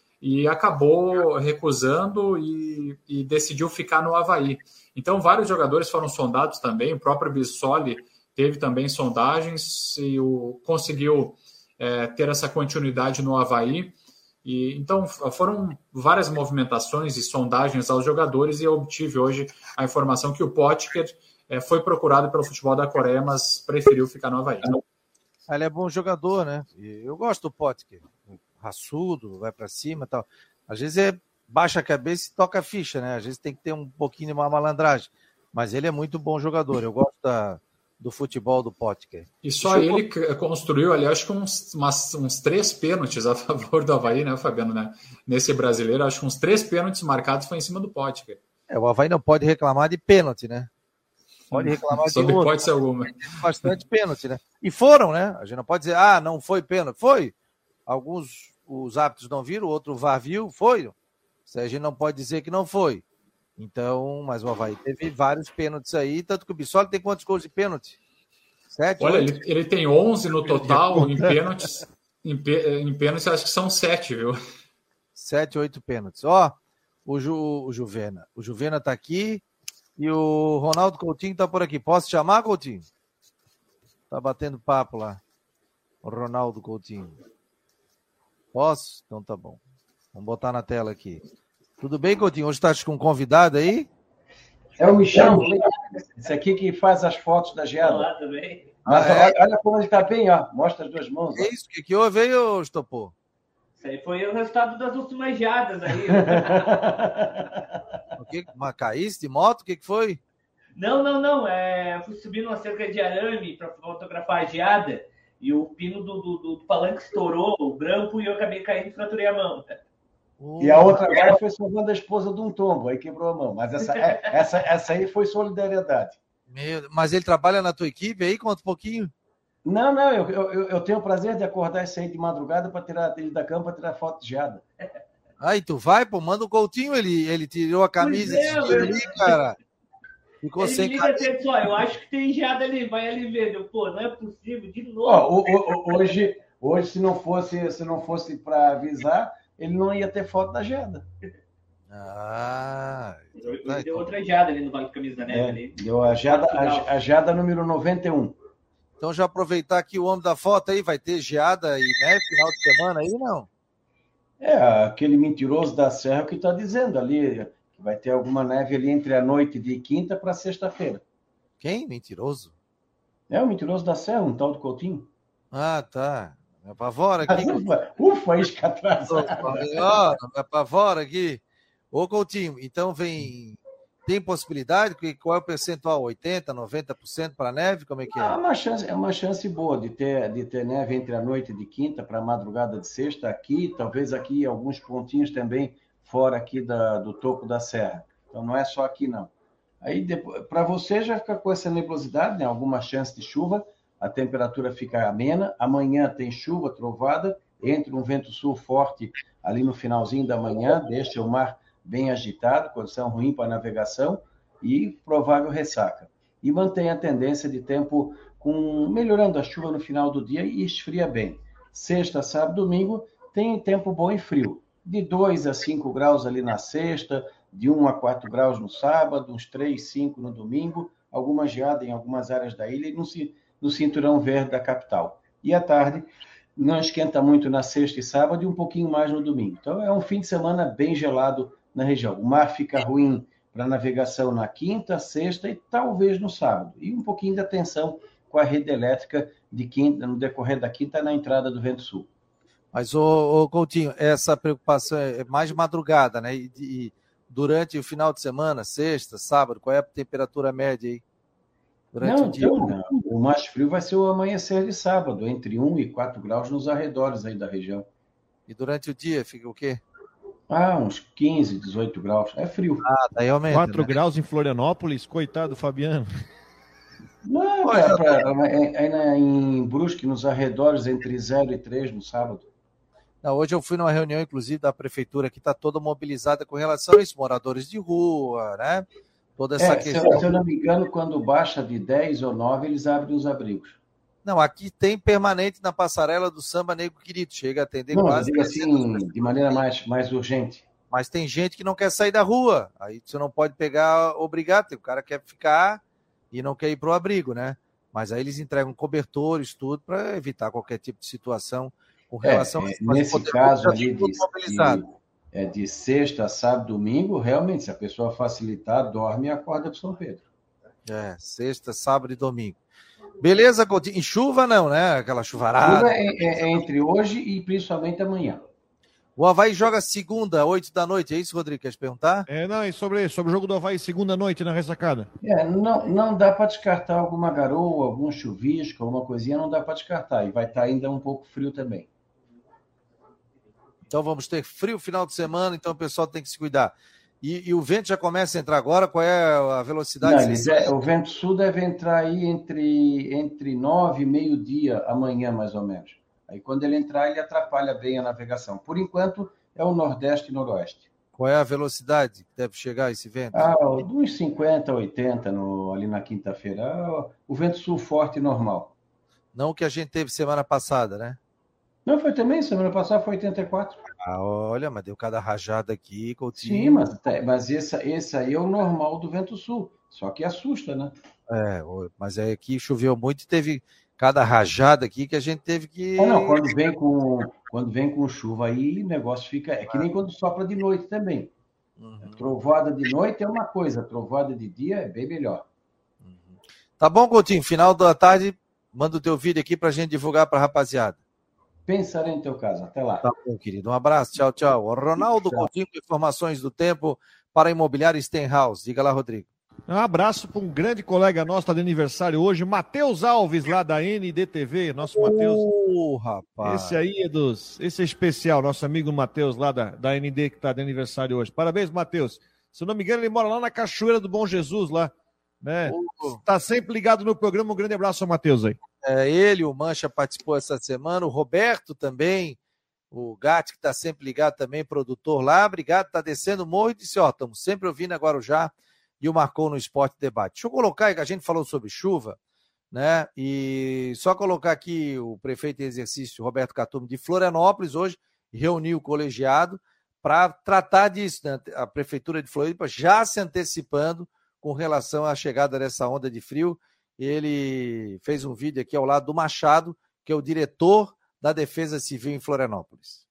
e acabou recusando e, e decidiu ficar no Avaí. Então, vários jogadores foram sondados também, o próprio Bissoli teve também sondagens e o, conseguiu é, ter essa continuidade no Avaí. E, então, foram várias movimentações e sondagens aos jogadores e eu obtive hoje a informação que o Potker É, foi procurado pelo futebol da Coreia, mas preferiu ficar no Avaí. Ele é bom jogador, né? Eu gosto do Potker. Raçudo, vai para cima e tal. Às vezes é baixa a cabeça e toca a ficha, né? Às vezes tem que ter um pouquinho de uma malandragem. Mas ele é muito bom jogador. Eu gosto da, do futebol do Potker. E só Deixa ele eu... construiu ali, acho que uns, umas, uns três pênaltis a favor do Avaí, né, Fabiano? Né? Nesse brasileiro, acho que uns três pênaltis marcados foi em cima do Potker. É, o Avaí não pode reclamar de pênalti, né? Pode reclamar de Sob hipótese alguma. Bastante pênalti, né? E foram, né? A gente não pode dizer, ah, não foi pênalti. Foi. Alguns os árbitros não viram, o outro V A R viu, foi. A gente não pode dizer que não foi. Então, mas o Avaí teve vários pênaltis aí, tanto que o Bissoli tem quantos gols de pênalti? Sete? Olha, ele, ele tem onze no total, em pênaltis. Em, em pênaltis, acho que são sete, viu? Sete, oito pênaltis. Ó, o, Ju, o Juvena. O Juvena tá aqui. E o Ronaldo Coutinho tá por aqui. Posso chamar, Coutinho? Tá batendo papo lá. O Ronaldo Coutinho. Posso? Então tá bom. Vamos botar na tela aqui. Tudo bem, Coutinho? Hoje tá com um convidado aí? É o Michel. Esse aqui que faz as fotos da geada. Olá, tudo bem? Mas ah, é? Olha como ele tá bem, ó. Mostra as duas mãos. É isso? O que, que houve aí, ô Estopô? Isso aí foi o resultado das últimas geadas aí. O que? Uma caísse de moto? O que, que foi? Não, não, não. É, fui subir numa cerca de arame para fotografar a geada e o pino do, do, do palanque estourou, o grampo, e eu acabei caindo e fraturei a mão. E a outra agora foi salvando a esposa de um tombo, aí quebrou a mão. Mas essa, é, essa, essa aí foi solidariedade. Meu, mas ele trabalha na tua equipe aí? Conta um pouquinho. Não, não, eu, eu, eu tenho o prazer de acordar esse aí de madrugada para tirar ele da cama para tirar foto de geada. Aí tu vai, pô, manda o Coutinho, ele, ele tirou a camisa é, ali, cara. Ficou ele sem liga camisa. Só, eu acho que tem geada ali, vai ali ver. Eu, pô, não é possível, de novo. Ó, o, o, hoje, hoje, se não fosse, se não fosse para avisar, ele não ia ter foto da geada. Ah, ele tá, deu então. Outra geada ali no Vale do Camisa da Neve. É, ali. Deu a geada, a, a geada número noventa e um. Então já aproveitar aqui o homem da foto aí, vai ter geada e neve final de semana aí, não? É, aquele mentiroso da Serra que está dizendo ali, que vai ter alguma neve ali entre a noite de quinta para sexta-feira. Quem? Mentiroso? É, o mentiroso da Serra, um tal do Coutinho. Ah, tá. Me apavora aqui. Ufa, ufa, isca atrasada. Me apavora aqui. Ô, Coutinho, então vem... Tem possibilidade? Qual é o percentual? oitenta por cento, noventa por cento para neve? Como é que é? É uma chance, é uma chance boa de ter, de ter neve entre a noite de quinta para a madrugada de sexta aqui, talvez aqui alguns pontinhos também fora aqui da, do topo da serra. Então não é só aqui não. Aí para você já fica com essa nebulosidade, né? Alguma chance de chuva a temperatura fica amena. Amanhã tem chuva, trovada, entra um vento sul forte ali no finalzinho da manhã, deixa o mar bem agitado, condição ruim para navegação e provável ressaca. E mantém a tendência de tempo com melhorando a chuva no final do dia e esfria bem. Sexta, sábado, domingo, tem tempo bom e frio. De dois a cinco graus ali na sexta, de um a quatro graus no sábado, uns três, cinco no domingo, alguma geada em algumas áreas da ilha e no, no cinturão verde da capital. E à tarde, não esquenta muito na sexta e sábado e um pouquinho mais no domingo. Então, é um fim de semana bem gelado na região. O mar fica ruim para navegação na quinta, sexta e talvez no sábado. E um pouquinho de atenção com a rede elétrica de quinta, no decorrer da quinta na entrada do vento sul. Mas, ô, ô Coutinho, essa preocupação é mais de madrugada, né? E, e durante o final de semana, sexta, sábado, qual é a temperatura média aí? Durante não, o dia? Então, não. O mais frio vai ser o amanhecer de sábado, entre um e quatro graus nos arredores aí da região. E durante o dia fica o quê? Ah, uns quinze, dezoito graus. É frio. Ah, daí aumenta, quatro né? graus em Florianópolis, coitado Fabiano. Não, é, pra, é, é em Brusque, nos arredores, entre zero e três no sábado. Não, hoje eu fui numa reunião, inclusive, da prefeitura, que está toda mobilizada com relação a isso, moradores de rua, né? Toda essa é, questão. Se, se eu não me engano, quando baixa de dez ou nove, eles abrem os abrigos. Não, aqui tem permanente na passarela do Samba Negro Querido, chega a atender não, quase... Não, assim, de maneira mais, mais urgente. Mas tem gente que não quer sair da rua, aí você não pode pegar, obrigar, o cara quer ficar e não quer ir para o abrigo, né? Mas aí eles entregam cobertores, tudo, para evitar qualquer tipo de situação com relação é, a... Nesse caso ali de, de, é, de sexta, sábado, domingo, realmente, se a pessoa facilitar, dorme e acorda para São Pedro. É, sexta, sábado e domingo. Beleza, Coutinho? Em chuva não, né? Aquela chuvarada. Chuva é, é, é entre hoje e principalmente amanhã. O Avaí joga segunda, oito da noite, é isso, Rodrigo? Quer perguntar? É, não, e sobre, sobre o jogo do Avaí, segunda noite na ressacada? É, não, não dá para descartar alguma garoa, algum chuvisco, alguma coisinha, não dá para descartar. E vai estar ainda um pouco frio também. Então vamos ter frio final de semana, então o pessoal tem que se cuidar. E, e o vento já começa a entrar agora? Qual é a velocidade? Não, é, o vento sul deve entrar aí entre, entre nove e meio-dia amanhã, mais ou menos. Aí quando ele entrar, ele atrapalha bem a navegação. Por enquanto, é o nordeste e noroeste. Qual é a velocidade que deve chegar esse vento? Ah, uns cinquenta, oitenta no, ali na quinta-feira. O vento sul forte normal. Não o que a gente teve semana passada, né? Não, foi também, semana passada foi oitenta e quatro. Ah, olha, mas deu cada rajada aqui, Coutinho. Sim, mas, mas esse, esse aí é o normal do vento sul. Só que assusta, né? É, mas é que choveu muito e teve cada rajada aqui que a gente teve que... Ah, não, quando vem com, quando vem com chuva aí, o negócio fica... É que nem quando sopra de noite também. Uhum. Trovada de noite é uma coisa, trovada de dia é bem melhor. Uhum. Tá bom, Coutinho, final da tarde, manda o teu vídeo aqui pra gente divulgar pra rapaziada. Pensarei no teu caso. Até lá. Tá bom, querido. Um abraço. Tchau, tchau. O Ronaldo tchau. Coutinho, informações do tempo para a Imobiliária Stenhouse. Diga lá, Rodrigo. Um abraço para um grande colega nosso, está de aniversário hoje, Matheus Alves, lá da N D T V. Nosso Matheus. Oh, rapaz. Esse aí é dos. Esse é especial, nosso amigo Matheus, lá da, da N D, que está de aniversário hoje. Parabéns, Matheus. Se eu não me engano, ele mora lá na Cachoeira do Bom Jesus, lá. Né? Está sempre ligado no programa. Um grande abraço ao Matheus aí. É, ele, o Mancha, participou essa semana, o Roberto também, o Gatti, que está sempre ligado também, produtor lá, obrigado, está descendo o morro e disse, ó, estamos sempre ouvindo agora o Já, e o Marcou no Esporte Debate. Deixa eu colocar aí, que a gente falou sobre chuva, né, e só colocar aqui o prefeito em exercício, Roberto Catume, de Florianópolis, hoje, reuniu o colegiado para tratar disso, né, a prefeitura de Floripa já se antecipando com relação à chegada dessa onda de frio. Ele fez um vídeo aqui ao lado do Machado, que é o diretor da Defesa Civil em Florianópolis.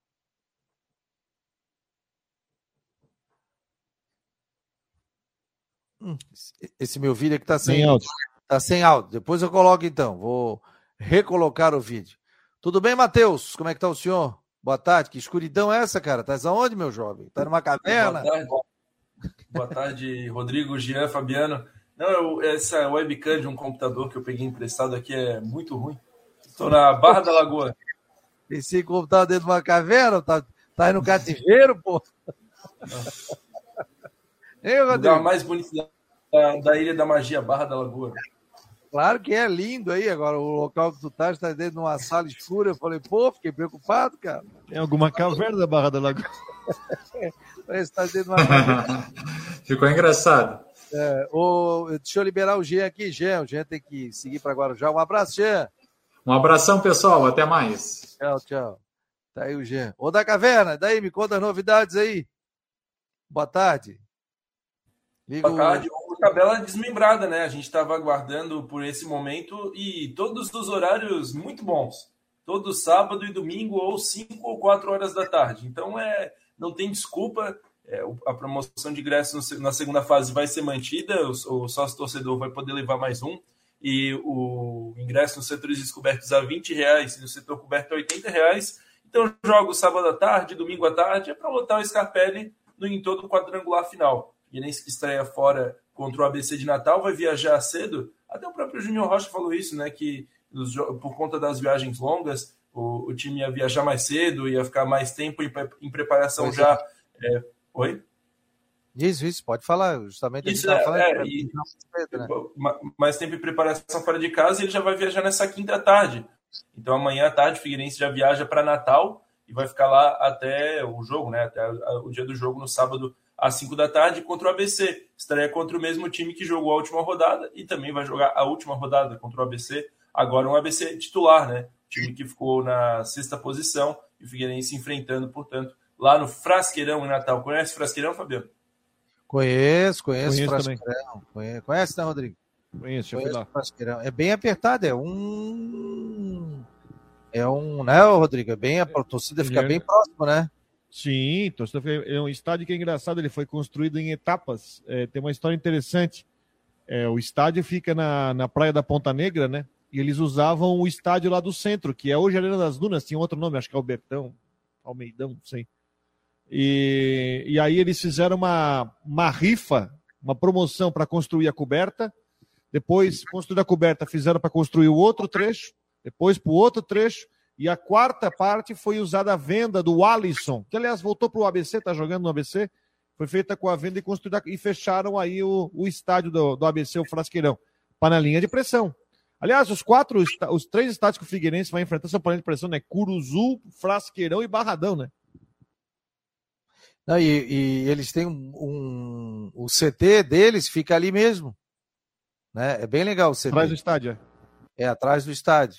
Hum, esse meu vídeo aqui está sem, sem áudio. Tá sem áudio. Depois eu coloco então. Vou recolocar o vídeo. Tudo bem, Matheus? Como é que tá o senhor? Boa tarde. Que escuridão é essa, cara? Tá aonde, meu jovem? Tá numa caverna? Boa tarde. Boa tarde, Rodrigo, Jean, Fabiano. Não, eu, essa webcam de um computador que eu peguei emprestado aqui é muito ruim. Estou na Barra da Lagoa. Esse computador dentro de uma caverna? Tá, tá aí no cativeiro, pô? Hein, Rodrigo? O lugar mais bonito da, da Ilha da Magia, Barra da Lagoa. Claro que é lindo aí. Agora, o local que tu tá está dentro de uma sala escura. Eu falei, pô, fiquei preocupado, cara. Tem alguma caverna da Barra da Lagoa? Parece que tá dentro de uma caverna. Ficou engraçado. É, o, deixa eu liberar o Jean aqui, Jean. O Jean tem que seguir para Guarujá. Um abraço, Jean. Um abração, pessoal. Até mais. Tchau, tchau. Tá aí o Jean. Ô, da Caverna, daí, me conta as novidades aí. Boa tarde. Liga Boa tarde. O... Tabela desmembrada, né? A gente estava aguardando por esse momento e todos os horários muito bons. Todo sábado e domingo, ou cinco ou quatro horas da tarde. Então, é, não tem desculpa. É, a promoção de ingressos na segunda fase vai ser mantida. O, o sócio-torcedor vai poder levar mais um. E o ingresso nos setores descobertos a vinte reais e no setor coberto a oitenta reais. Então, jogo sábado à tarde, domingo à tarde, é para lotar o Scarpelli no entorno quadrangular final. Figueirense que estreia fora contra o A B C de Natal, vai viajar cedo. Até o próprio Júnior Rocha falou isso, né? Que os, por conta das viagens longas, o, o time ia viajar mais cedo, ia ficar mais tempo em, em preparação pois já. É. É, oi? Isso, isso, pode falar. Justamente isso, é, falando, é, e, cedo, né? Mais tempo em preparação fora de casa e ele já vai viajar nessa quinta tarde. Então amanhã à tarde o Figueirense já viaja para Natal e vai ficar lá até o jogo, né? Até o dia do jogo no sábado às cinco da tarde contra o A B C. Estreia contra o mesmo time que jogou a última rodada e também vai jogar a última rodada contra o A B C. Agora um A B C titular, né? Time que ficou na sexta posição e o Figueirense enfrentando, portanto, lá no Frasqueirão em Natal. Conhece o Frasqueirão, Fabiano? Conheço, conheço, conheço Frasqueirão. Conheço. Conhece, né, Rodrigo? Conheço, conheço lá. Frasqueirão. É bem apertado, é um... É um, né, Rodrigo? É bem, a torcida fica bem próxima, né? Sim, torcida é um estádio que é engraçado, ele foi construído em etapas. É, tem uma história interessante. É, o estádio fica na, na praia da Ponta Negra, né? E eles usavam o estádio lá do centro, que é hoje a Arena das Dunas, tinha outro nome, acho que é Albertão, Almeidão, não sei. E, e aí eles fizeram uma, uma rifa, uma promoção para construir a coberta. Depois, construir a coberta, fizeram para construir o outro trecho. Depois para o outro trecho. E a quarta parte foi usada a venda do Alisson, que aliás voltou para o A B C, está jogando no A B C. Foi feita com a venda e construída e fecharam aí o, o estádio do, do A B C, o Frasqueirão. Panelinha de pressão. Aliás, os quatro, os três estádios que o Figueirense vai enfrentar são panelinha de pressão, né? Curuzu, Frasqueirão e Barradão, né? Não, e, e eles têm um, um... O C T deles fica ali mesmo. Né? É bem legal o C T. Atrás do estádio, é? É, atrás do estádio.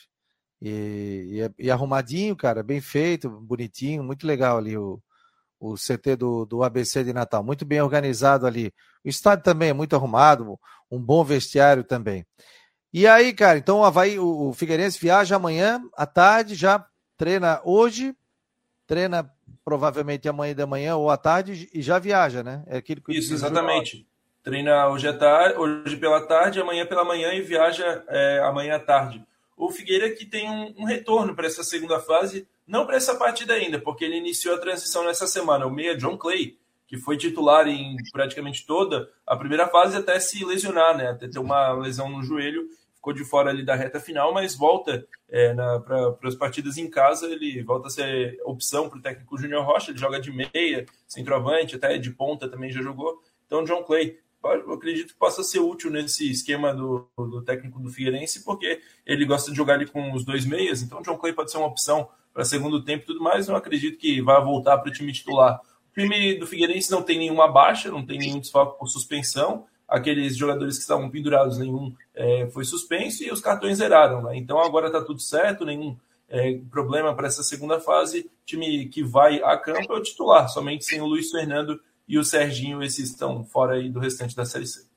E, e, e arrumadinho, cara, bem feito, bonitinho, muito legal ali o, o C T do, do A B C de Natal, muito bem organizado ali. O estádio também é muito arrumado, um bom vestiário também. E aí, cara, então o Avaí, o, o Figueirense viaja amanhã à tarde, já treina hoje, treina provavelmente amanhã de manhã ou à tarde e já viaja, né? É aquilo que Isso, exatamente. Treina hoje, à tarde, hoje pela tarde, amanhã pela manhã e viaja é, amanhã à tarde. O Figueira que tem um, um retorno para essa segunda fase, não para essa partida ainda, porque ele iniciou a transição nessa semana. O meia John Clay, que foi titular em praticamente toda a primeira fase até se lesionar, né? Até ter uma lesão no joelho, ficou de fora ali da reta final, mas volta é, para as partidas em casa, ele volta a ser opção para o técnico Júnior Rocha, ele joga de meia, centroavante, até de ponta também já jogou. Então, John Clay, eu acredito que possa ser útil nesse esquema do, do técnico do Figueirense, porque ele gosta de jogar ali com os dois meias, então o John Clay pode ser uma opção para segundo tempo e tudo mais, não acredito que vá voltar para o time titular. O time do Figueirense não tem nenhuma baixa, não tem nenhum desfalque por suspensão, aqueles jogadores que estavam pendurados, nenhum é, foi suspenso e os cartões zeraram, né? Então agora está tudo certo, nenhum é, problema para essa segunda fase, time que vai a campo é o titular, somente sem o Luiz Fernando e o Serginho, esses estão fora aí do restante da Série C.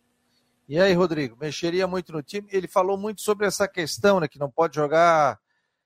E aí, Rodrigo, mexeria muito no time? Ele falou muito sobre essa questão, né, que não pode jogar,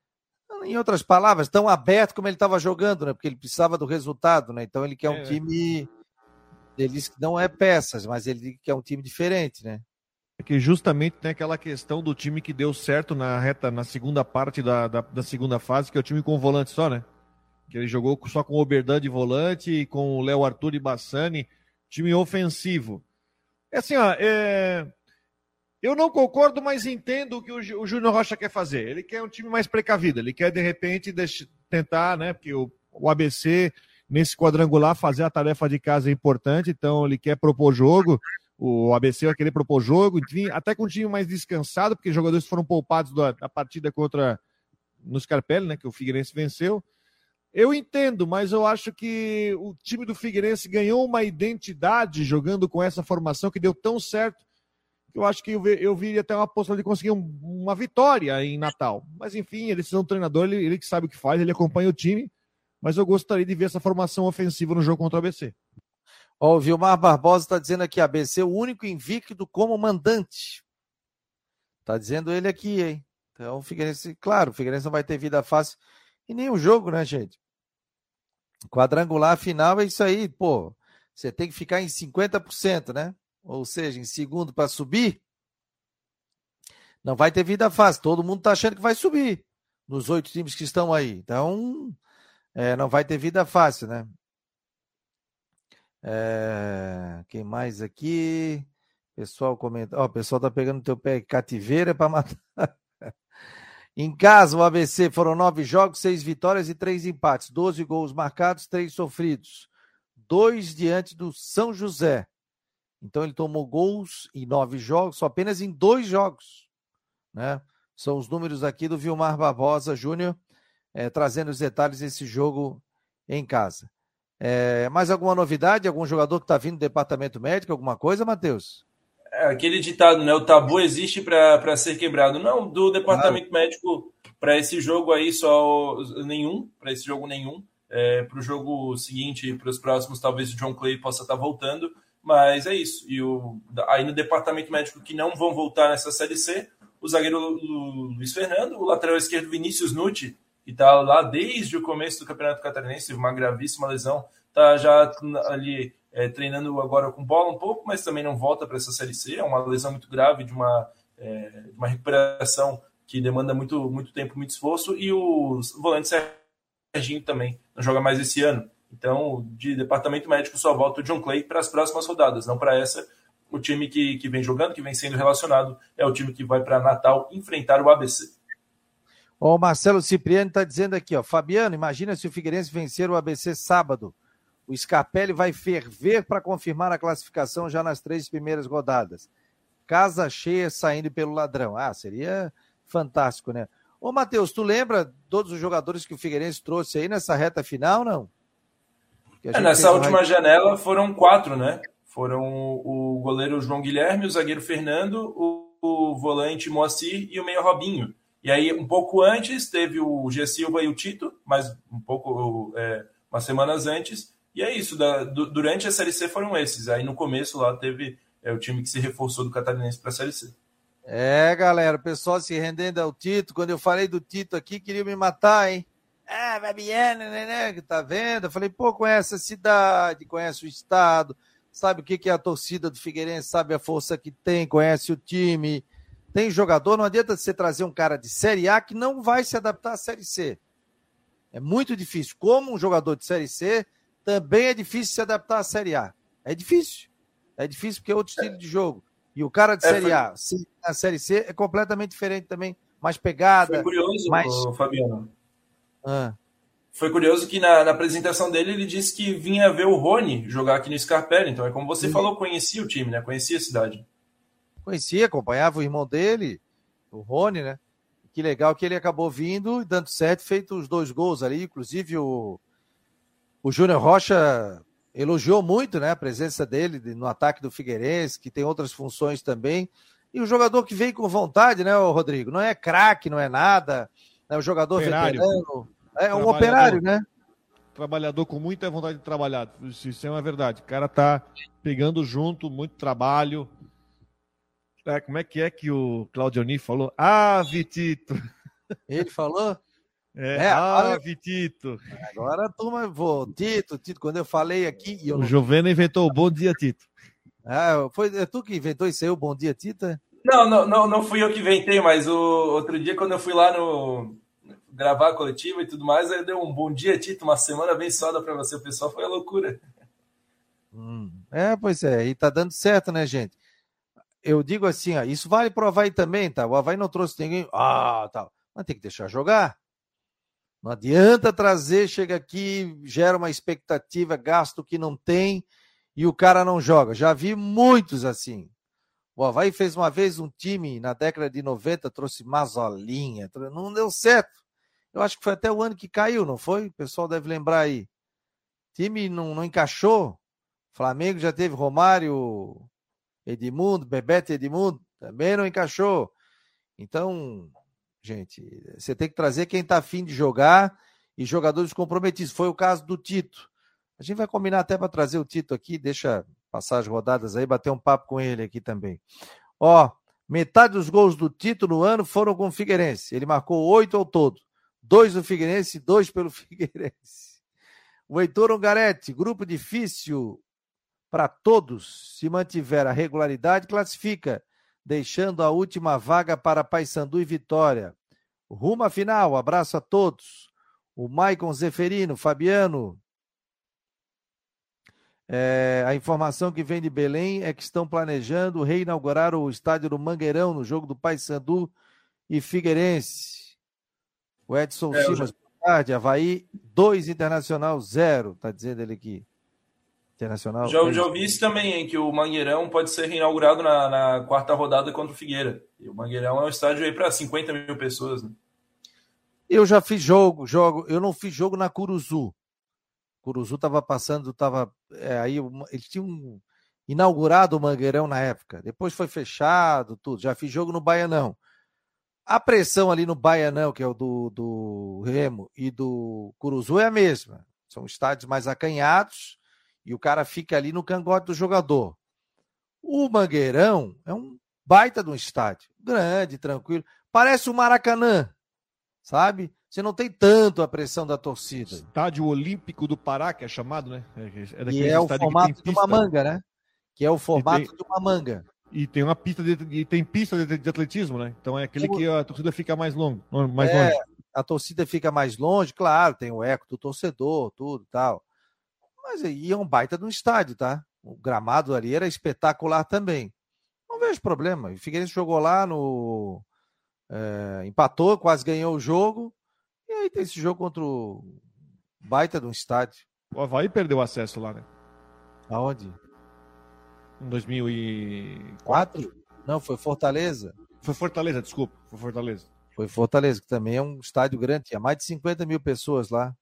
em outras palavras, tão aberto como ele estava jogando, né, porque ele precisava do resultado, né, então ele quer um é, time, ele diz que não é peças, mas ele quer um time diferente, né. É que justamente tem aquela questão do time que deu certo na reta, na segunda parte da, da, da segunda fase, que é o time com volante só, né. Que ele jogou só com o Oberdan de volante e com o Léo Arthur e Bassani, time ofensivo. É assim, ó, é... eu não concordo, mas entendo o que o Júnior Rocha quer fazer. Ele quer um time mais precavido, ele quer, de repente, deixar... tentar, né, porque o, o A B C, nesse quadrangular, fazer a tarefa de casa é importante, então ele quer propor jogo. o A B C vai querer propor jogo, enfim, até com um time mais descansado, porque os jogadores foram poupados da, da partida contra no Scarpelli, né, que o Figueirense venceu. Eu entendo, mas eu acho que o time do Figueirense ganhou uma identidade jogando com essa formação que deu tão certo, que eu acho que eu, eu viria até uma possibilidade de conseguir um, uma vitória em Natal. Mas enfim, ele é um treinador, ele, ele que sabe o que faz, ele acompanha o time, mas eu gostaria de ver essa formação ofensiva no jogo contra o A B C. Ó, o Vilmar Barbosa está dizendo aqui, A B C, o único invicto como mandante. Está dizendo ele aqui, hein? Então, o Figueirense, claro, o Figueirense não vai ter vida fácil em nenhum jogo, né, gente? Quadrangular final é isso aí, pô. Você tem que ficar em cinquenta por cento, né? Ou seja, em segundo para subir. Não vai ter vida fácil. Todo mundo está achando que vai subir nos oito times que estão aí. Então, é, não vai ter vida fácil, né? É, quem mais aqui? Pessoal comenta. Ó, o pessoal tá pegando teu pé cativeira para matar. Em casa, o A B C foram nove jogos, seis vitórias e três empates. doze gols marcados, três sofridos. Dois diante do São José. Então ele tomou gols em nove jogos, só apenas em dois jogos. Né? São os números aqui do Vilmar Barbosa Júnior, é, trazendo os detalhes desse jogo em casa. É, mais alguma novidade? Algum jogador que está vindo do departamento médico? Alguma coisa, Matheus? É, aquele ditado, né? O tabu existe para ser quebrado. Não, do departamento claro. médico para esse jogo aí só nenhum, para esse jogo nenhum. É, para o jogo seguinte, para os próximos, talvez o John Clay possa estar voltando, mas é isso. E o, aí no departamento médico que não vão voltar nessa Série C, o zagueiro Luiz Fernando, o lateral esquerdo Vinícius Nutti, que está lá desde o começo do Campeonato Catarinense, uma gravíssima lesão, está já ali é, treinando agora com bola um pouco, mas também não volta para essa Série C, é uma lesão muito grave, de uma, é, de uma recuperação que demanda muito, muito tempo, muito esforço, e o volante Serginho também não joga mais esse ano. Então, de departamento médico só volta o John Clay para as próximas rodadas, não para essa. O time que, que vem jogando, que vem sendo relacionado, é o time que vai para Natal enfrentar o A B C. O Marcelo Cipriani está dizendo aqui, ó, Fabiano, imagina se o Figueirense vencer o A B C sábado. O Scarpelli vai ferver para confirmar a classificação já nas três primeiras rodadas. Casa cheia saindo pelo ladrão. Ah, seria fantástico, né? Ô, Matheus, tu lembra todos os jogadores que o Figueirense trouxe aí nessa reta final, não? É, nessa última vai... janela foram quatro, né? Foram o goleiro João Guilherme, o zagueiro Fernando, o, o volante Moacir e o meio Robinho. E aí, um pouco antes, teve o G. Silva e o Tito, mas um pouco, é, umas semanas antes. E é isso, da, do, durante a Série C foram esses. Aí no começo lá teve é, o time que se reforçou do Catarinense para a Série C. É, galera, o pessoal se rendendo ao Tito. Quando eu falei do Tito aqui, queria me matar, hein? Ah, Fabiano, né, né? Tá vendo? Eu falei, pô, conhece a cidade, conhece o estado, sabe o que, que é a torcida do Figueirense, sabe a força que tem, conhece o time. Tem jogador, não adianta você trazer um cara de Série A que não vai se adaptar à Série C. É muito difícil. Como um jogador de Série C, também é difícil se adaptar à Série A. É difícil. É difícil porque é outro estilo de jogo. E o cara de é, Série foi... A, na Série C, é completamente diferente também. Mais pegada. Foi curioso, mais... Fabiano. Ah. Foi curioso que na, na apresentação dele ele disse que vinha ver o Rony jogar aqui no Scarpelli. Então é como você Sim. falou, conhecia o time, né? Conhecia a cidade. Conhecia, acompanhava o irmão dele, o Rony, né? Que legal que ele acabou vindo e dando certo, feito os dois gols ali. Inclusive o, o Júnior Rocha elogiou muito, né, a presença dele no ataque do Figueirense, que tem outras funções também. E o jogador que veio com vontade, né, o Rodrigo? Não é craque, não é nada. É um jogador operário. veterano. É um operário, né? Trabalhador com muita vontade de trabalhar. Isso é uma verdade. O cara tá pegando junto, muito trabalho. É, como é que é que o Claudioni falou? Ah, Vitito! Ele falou? É, é ah, agora, Vitito! Agora a turma, vou, Tito, Tito, quando eu falei aqui... Eu o não... Jovena inventou o Bom Dia, Tito. Ah, foi é tu que inventou isso aí, o Bom Dia, Tito? Não, não, não, não fui eu que inventei, mas o outro dia, quando eu fui lá no gravar a coletiva e tudo mais, aí deu um Bom Dia, Tito, uma semana abençoada para você. O pessoal foi a loucura. Hum, é, pois é, e tá dando certo, né, gente? Eu digo assim, ó, isso vale pro Avaí também, tá? O Avaí não trouxe ninguém, ah, tal. Mas tem que deixar jogar. Não adianta trazer, chega aqui, gera uma expectativa, gasto que não tem, e o cara não joga. Já vi muitos assim. O Avaí fez uma vez um time na década de noventa, trouxe Mazolinha, não deu certo. Eu acho que foi até o ano que caiu, não foi? O pessoal deve lembrar aí. Time não, não encaixou. Flamengo já teve Romário, Edmundo, Bebeto e Edmundo, também não encaixou. Então, gente, você tem que trazer quem está afim de jogar e jogadores comprometidos. Foi o caso do Tito. A gente vai combinar até para trazer o Tito aqui, deixa passar as rodadas aí, bater um papo com ele aqui também. Ó, metade dos gols do Tito no ano foram com o Figueirense. Ele marcou oito ao todo. Dois no Figueirense e dois pelo Figueirense. O Heitor Ungaretti, grupo difícil para todos. Se mantiver a regularidade, classifica, deixando a última vaga para Paysandu e Vitória. Rumo à final, abraço a todos. O Maicon Zeferino, Fabiano. É, a informação que vem de Belém é que estão planejando reinaugurar o estádio do Mangueirão no jogo do Paysandu e Figueirense. O Edson é, Simas, já... boa tarde. Avaí dois, Internacional zero, tá dizendo ele aqui. Internacional. Já, já ouvi isso também, hein, que o Mangueirão pode ser reinaugurado na, na quarta rodada contra o Figueira. E o Mangueirão é um estádio aí para cinquenta mil pessoas, né? Eu já fiz jogo, jogo, eu não fiz jogo na Curuzu. Curuzu estava passando, tava, é, aí eles tinham inaugurado o Mangueirão na época. Depois foi fechado, tudo. Já fiz jogo no Baianão. A pressão ali no Baianão, que é o do, do Remo, e do Curuzu é a mesma. São estádios mais acanhados e o cara fica ali no cangote do jogador. O Mangueirão é um baita de um estádio. Grande, tranquilo. Parece o Maracanã, sabe? Você não tem tanto a pressão da torcida. Estádio Olímpico do Pará, que é chamado, né? É e é o formato de uma manga, né? Que é o formato tem, de uma manga. E tem uma pista de, e tem pista de, de atletismo, né? Então é aquele que a torcida fica mais longe, mais é, longe. A torcida fica mais longe, claro, tem o eco do torcedor, tudo e tal. Mas aí é um baita de um estádio, tá? O gramado ali era espetacular também. Não vejo problema. O Figueirense jogou lá no... É, empatou, quase ganhou o jogo. E aí tem esse jogo contra o baita de um estádio. O Avaí perdeu acesso lá, né? Aonde? Em dois mil e quatro? Não, foi Fortaleza. Foi Fortaleza, desculpa. Foi Fortaleza. Foi Fortaleza, que também é um estádio grande. Tinha mais de cinquenta mil pessoas lá.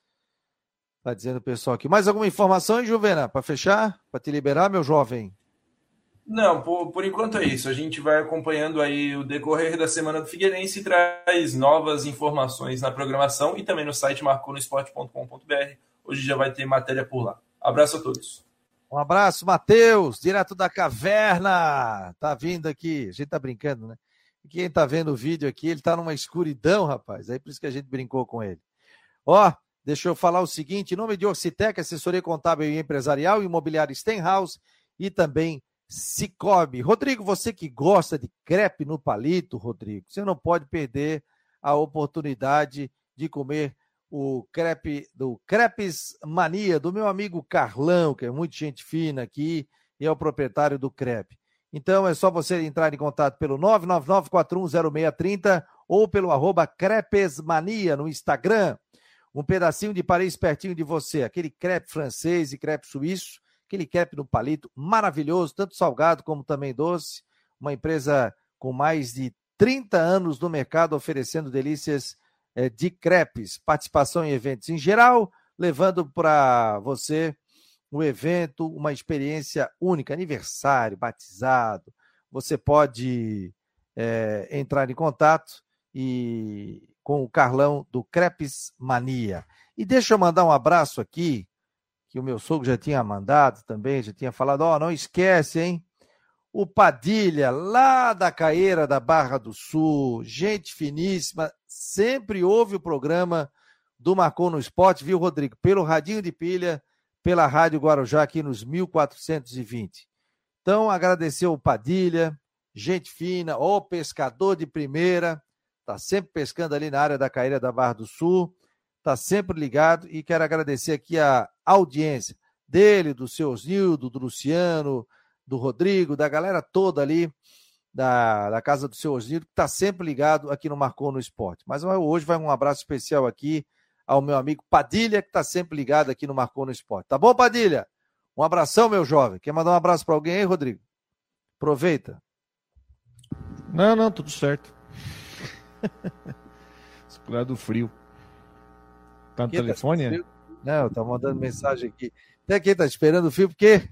Tá dizendo o pessoal aqui. Mais alguma informação, hein, Juvena? Para fechar? Para te liberar, meu jovem? Não, por, por enquanto é isso. A gente vai acompanhando aí o decorrer da semana do Figueirense e traz novas informações na programação e também no site marcou no esporte ponto com ponto b r. Hoje já vai ter matéria por lá. Abraço a todos. Um abraço, Matheus, direto da caverna. Tá vindo aqui. A gente tá brincando, né? Quem tá vendo o vídeo aqui, ele tá numa escuridão, rapaz. Aí por isso que a gente brincou com ele. Ó, deixa eu falar o seguinte, em nome de Orcitec, assessoria contábil e empresarial, imobiliária Stenhouse e também Cicobi. Rodrigo, você que gosta de crepe no palito, Rodrigo, você não pode perder a oportunidade de comer o crepe do Crepes Mania, do meu amigo Carlão, que é muito gente fina aqui e é o proprietário do crepe. Então é só você entrar em contato pelo nove nove nove, quatro um zero seis três zero ou pelo arroba Crepesmania no Instagram. Um pedacinho de Paris pertinho de você, aquele crepe francês e crepe suíço, aquele crepe no palito maravilhoso, tanto salgado como também doce. Uma empresa com mais de trinta anos no mercado oferecendo delícias eh, de crepes. Participação em eventos em geral, levando para você o evento, uma experiência única, aniversário, batizado. Você pode eh, entrar em contato e com o Carlão do Crepes Mania. E deixa eu mandar um abraço aqui, que o meu sogro já tinha mandado também, já tinha falado, ó, oh, não esquece, hein? O Padilha, lá da Caeira da Barra do Sul, gente finíssima, sempre ouve o programa do Marcou no Esporte, viu, Rodrigo? Pelo radinho de pilha, pela Rádio Guarujá, aqui nos mil quatrocentos e vinte. Então, agradecer o Padilha, gente fina, ó, pescador de primeira, tá sempre pescando ali na área da Caeira da Barra do Sul, tá sempre ligado e quero agradecer aqui a audiência dele, do seu Osnildo, do Luciano, do Rodrigo, da galera toda ali da, da casa do seu Osnildo, que está sempre ligado aqui no Marcou no Esporte. Mas hoje vai um abraço especial aqui ao meu amigo Padilha, que está sempre ligado aqui no Marcou no Esporte. Tá bom, Padilha? Um abração, meu jovem. Quer mandar um abraço para alguém aí, Rodrigo? Aproveita. Não, não, tudo certo. Escurar do frio. Tá no Quem telefone? Tá não, tá mandando mensagem aqui. Até quem tá esperando o frio, por quê?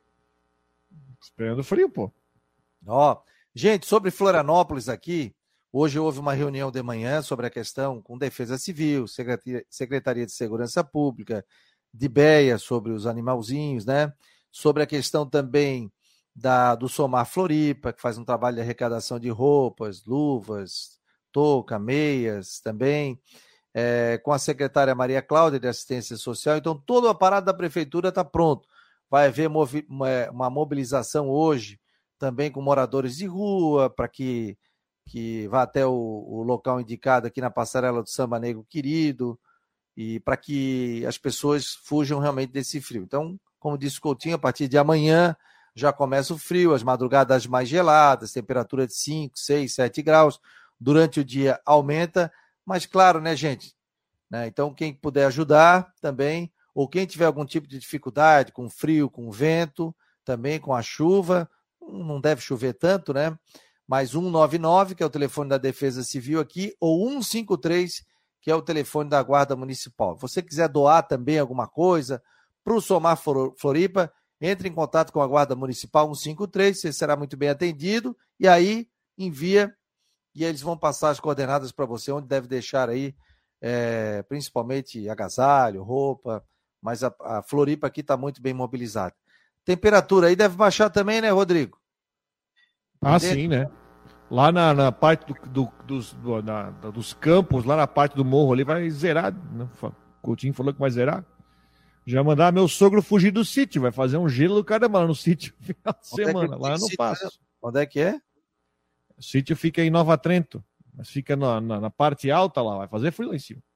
Esperando o frio, pô. Ó, gente, sobre Florianópolis aqui, hoje houve uma reunião de manhã sobre a questão com Defesa Civil, Secretaria, Secretaria de Segurança Pública, de B E A, sobre os animalzinhos, né? Sobre a questão também da, do Somar Floripa, que faz um trabalho de arrecadação de roupas, luvas, touca, meias também, é, com a secretária Maria Cláudia de Assistência Social. Então, todo o aparato da Prefeitura está pronto. Vai haver movi- uma mobilização hoje também com moradores de rua, para que, que vá até o, o local indicado aqui na passarela do Samba Negro Querido, e para que as pessoas fujam realmente desse frio. Então, como disse o Coutinho, a partir de amanhã já começa o frio, as madrugadas mais geladas, temperatura de cinco, seis, sete graus, durante o dia aumenta, mas claro, né, gente? Né? Então, quem puder ajudar também, ou quem tiver algum tipo de dificuldade com frio, com vento, também com a chuva, não deve chover tanto, né? Mas um nove nove, que é o telefone da Defesa Civil aqui, ou um cinco três, que é o telefone da Guarda Municipal. Se você quiser doar também alguma coisa para o Somar Floripa, entre em contato com a Guarda Municipal um cinco três, você será muito bem atendido, e aí envia, e eles vão passar as coordenadas para você, onde deve deixar aí, é, principalmente agasalho, roupa, mas a, a Floripa aqui está muito bem mobilizada. Temperatura aí deve baixar também, né, Rodrigo? Ah, dentro? Sim, né? Lá na, na parte do, do, dos, do, na, dos campos, lá na parte do morro ali, vai zerar. Né? O Coutinho falou que vai zerar. Já mandar meu sogro fugir do sítio, vai fazer um gelo do caramba lá no sítio no final de semana. É lá eu não passo. Né? Onde é que é? O sítio fica em Nova Trento, mas fica na, na, na parte alta lá, vai fazer frio lá em cima.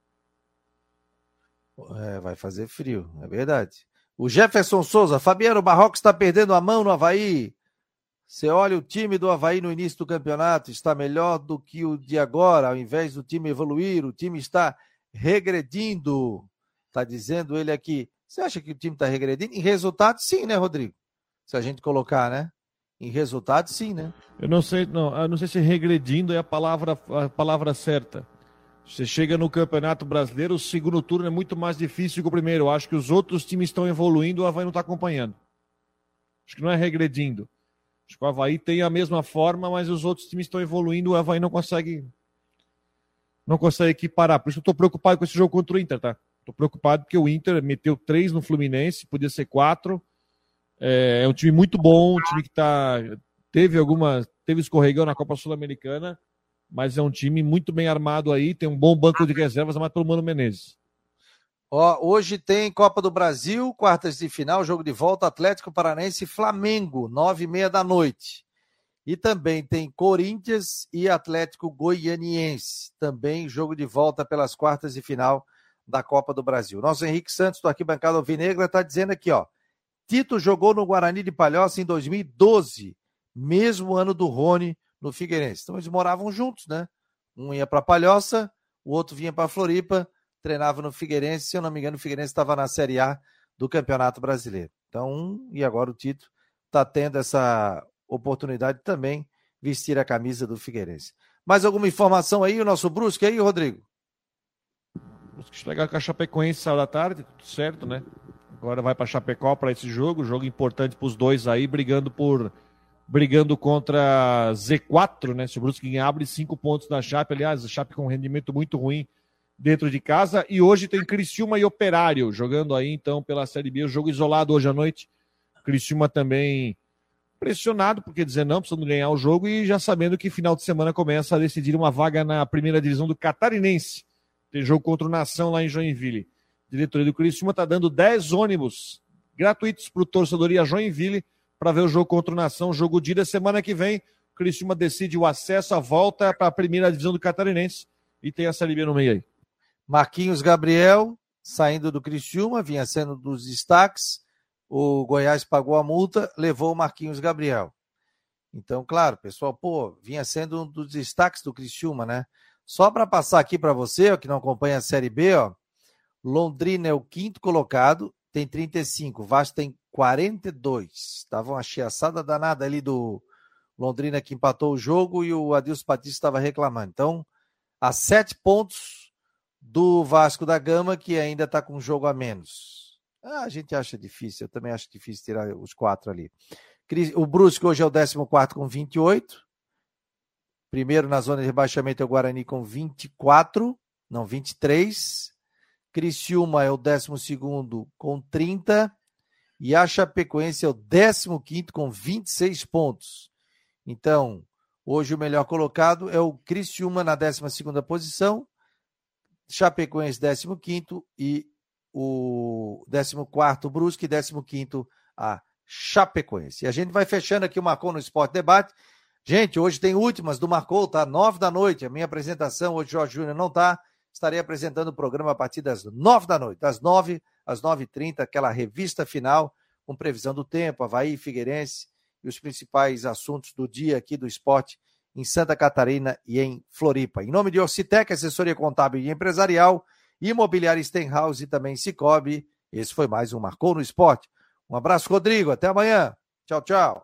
É, vai fazer frio, é verdade. O Jefferson Souza, Fabiano, o Marrocos está perdendo a mão no Avaí. Você olha o time do Avaí no início do campeonato, está melhor do que o de agora, ao invés do time evoluir, o time está regredindo. Está dizendo ele aqui. Você acha que o time está regredindo? Em resultado, sim, né, Rodrigo? Se a gente colocar, né? Em resultado, sim, né? Eu não sei, não, eu não sei se regredindo é a palavra, a palavra certa. Você chega no Campeonato Brasileiro, o segundo turno é muito mais difícil que o primeiro. Eu acho que os outros times estão evoluindo, o Avaí não está acompanhando. Acho que não é regredindo. Acho que o Avaí tem a mesma forma, mas os outros times estão evoluindo, o Avaí não consegue não consegue equiparar. Por isso eu estou preocupado com esse jogo contra o Inter, tá? Estou preocupado porque o Inter meteu três no Fluminense, podia ser quatro. É, é um time muito bom, um time que tá, teve algumas, teve escorregão na Copa Sul-Americana, mas é um time muito bem armado aí, tem um bom banco de reservas, mas pelo Mano Menezes. Ó, hoje tem Copa do Brasil, quartas de final, jogo de volta, Atlético Paranaense e Flamengo, nove e meia da noite. E também tem Corinthians e Atlético Goianiense, também jogo de volta pelas quartas de final da Copa do Brasil. Nosso Henrique Santos, do Arquibancada Alvinegra, está dizendo aqui, ó, Tito jogou no Guarani de Palhoça em dois mil e doze, mesmo ano do Rony no Figueirense. Então eles moravam juntos, né? Um ia para Palhoça, o outro vinha para Floripa, treinava no Figueirense, se eu não me engano o Figueirense estava na Série A do Campeonato Brasileiro. Então, um, e agora o Tito está tendo essa oportunidade de também vestir a camisa do Figueirense. Mais alguma informação aí, o nosso Brusque aí, Rodrigo? Brusque chegar com a Chapecoense saiu da tarde, tudo certo, né? Agora vai para Chapecó para esse jogo, jogo importante para os dois aí, brigando por brigando contra Z quatro, né? Se o Brusque abre cinco pontos na Chape, aliás, a Chape com um rendimento muito ruim dentro de casa, e hoje tem Criciúma e Operário jogando aí então pela Série B, o jogo isolado hoje à noite. Criciúma também pressionado, porque dizer não, precisando ganhar o jogo e já sabendo que final de semana começa a decidir uma vaga na primeira divisão do Catarinense. Tem jogo contra o Nação lá em Joinville. A diretoria do Criciúma está dando dez ônibus gratuitos para o torcedoria Joinville para ver o jogo contra o Nação, jogo dia da semana que vem. O Criciúma decide o acesso, a volta para a primeira divisão do Catarinense e tem a Série B no meio aí. Marquinhos Gabriel, saindo do Criciúma, vinha sendo dos destaques, o Goiás pagou a multa, levou o Marquinhos Gabriel. Então, claro, pessoal, pô, vinha sendo um dos destaques do Criciúma, né? Só para passar aqui para você, ó, que não acompanha a Série B, ó, Londrina é o quinto colocado, tem trinta e cinco, o Vasco tem quarenta e dois. Estava uma chiaçada danada ali do Londrina que empatou o jogo e o Adilson Batista estava reclamando. Então, a sete pontos do Vasco da Gama, que ainda está com um jogo a menos. Ah, a gente acha difícil, eu também acho difícil tirar os quatro ali. O Brusque hoje é o décimo quarto com vinte e oito. Primeiro na zona de rebaixamento é o Guarani com vinte e quatro, não, vinte e três. Criciúma é o décimo segundo com trinta. E a Chapecoense é o décimo quinto com vinte e seis pontos. Então, hoje o melhor colocado é o Criciúma na décima segunda posição, Chapecoense décimo quinto e o décimo quarto Brusque, décimo quinto a Chapecoense. E a gente vai fechando aqui o Marcou no Esporte Debate. Gente, hoje tem últimas do Marcou, tá? Nove da noite, a minha apresentação, hoje o Jorge Júnior não tá, estarei apresentando o programa a partir das nove da noite, das nove às nove e trinta, aquela revista final com previsão do tempo, Avaí, Figueirense e os principais assuntos do dia aqui do esporte em Santa Catarina e em Floripa. Em nome de Orcitec, assessoria contábil e empresarial, Imobiliária Stenhouse e também Cicobi, esse foi mais um Marcou no Esporte. Um abraço, Rodrigo, até amanhã. Tchau, tchau.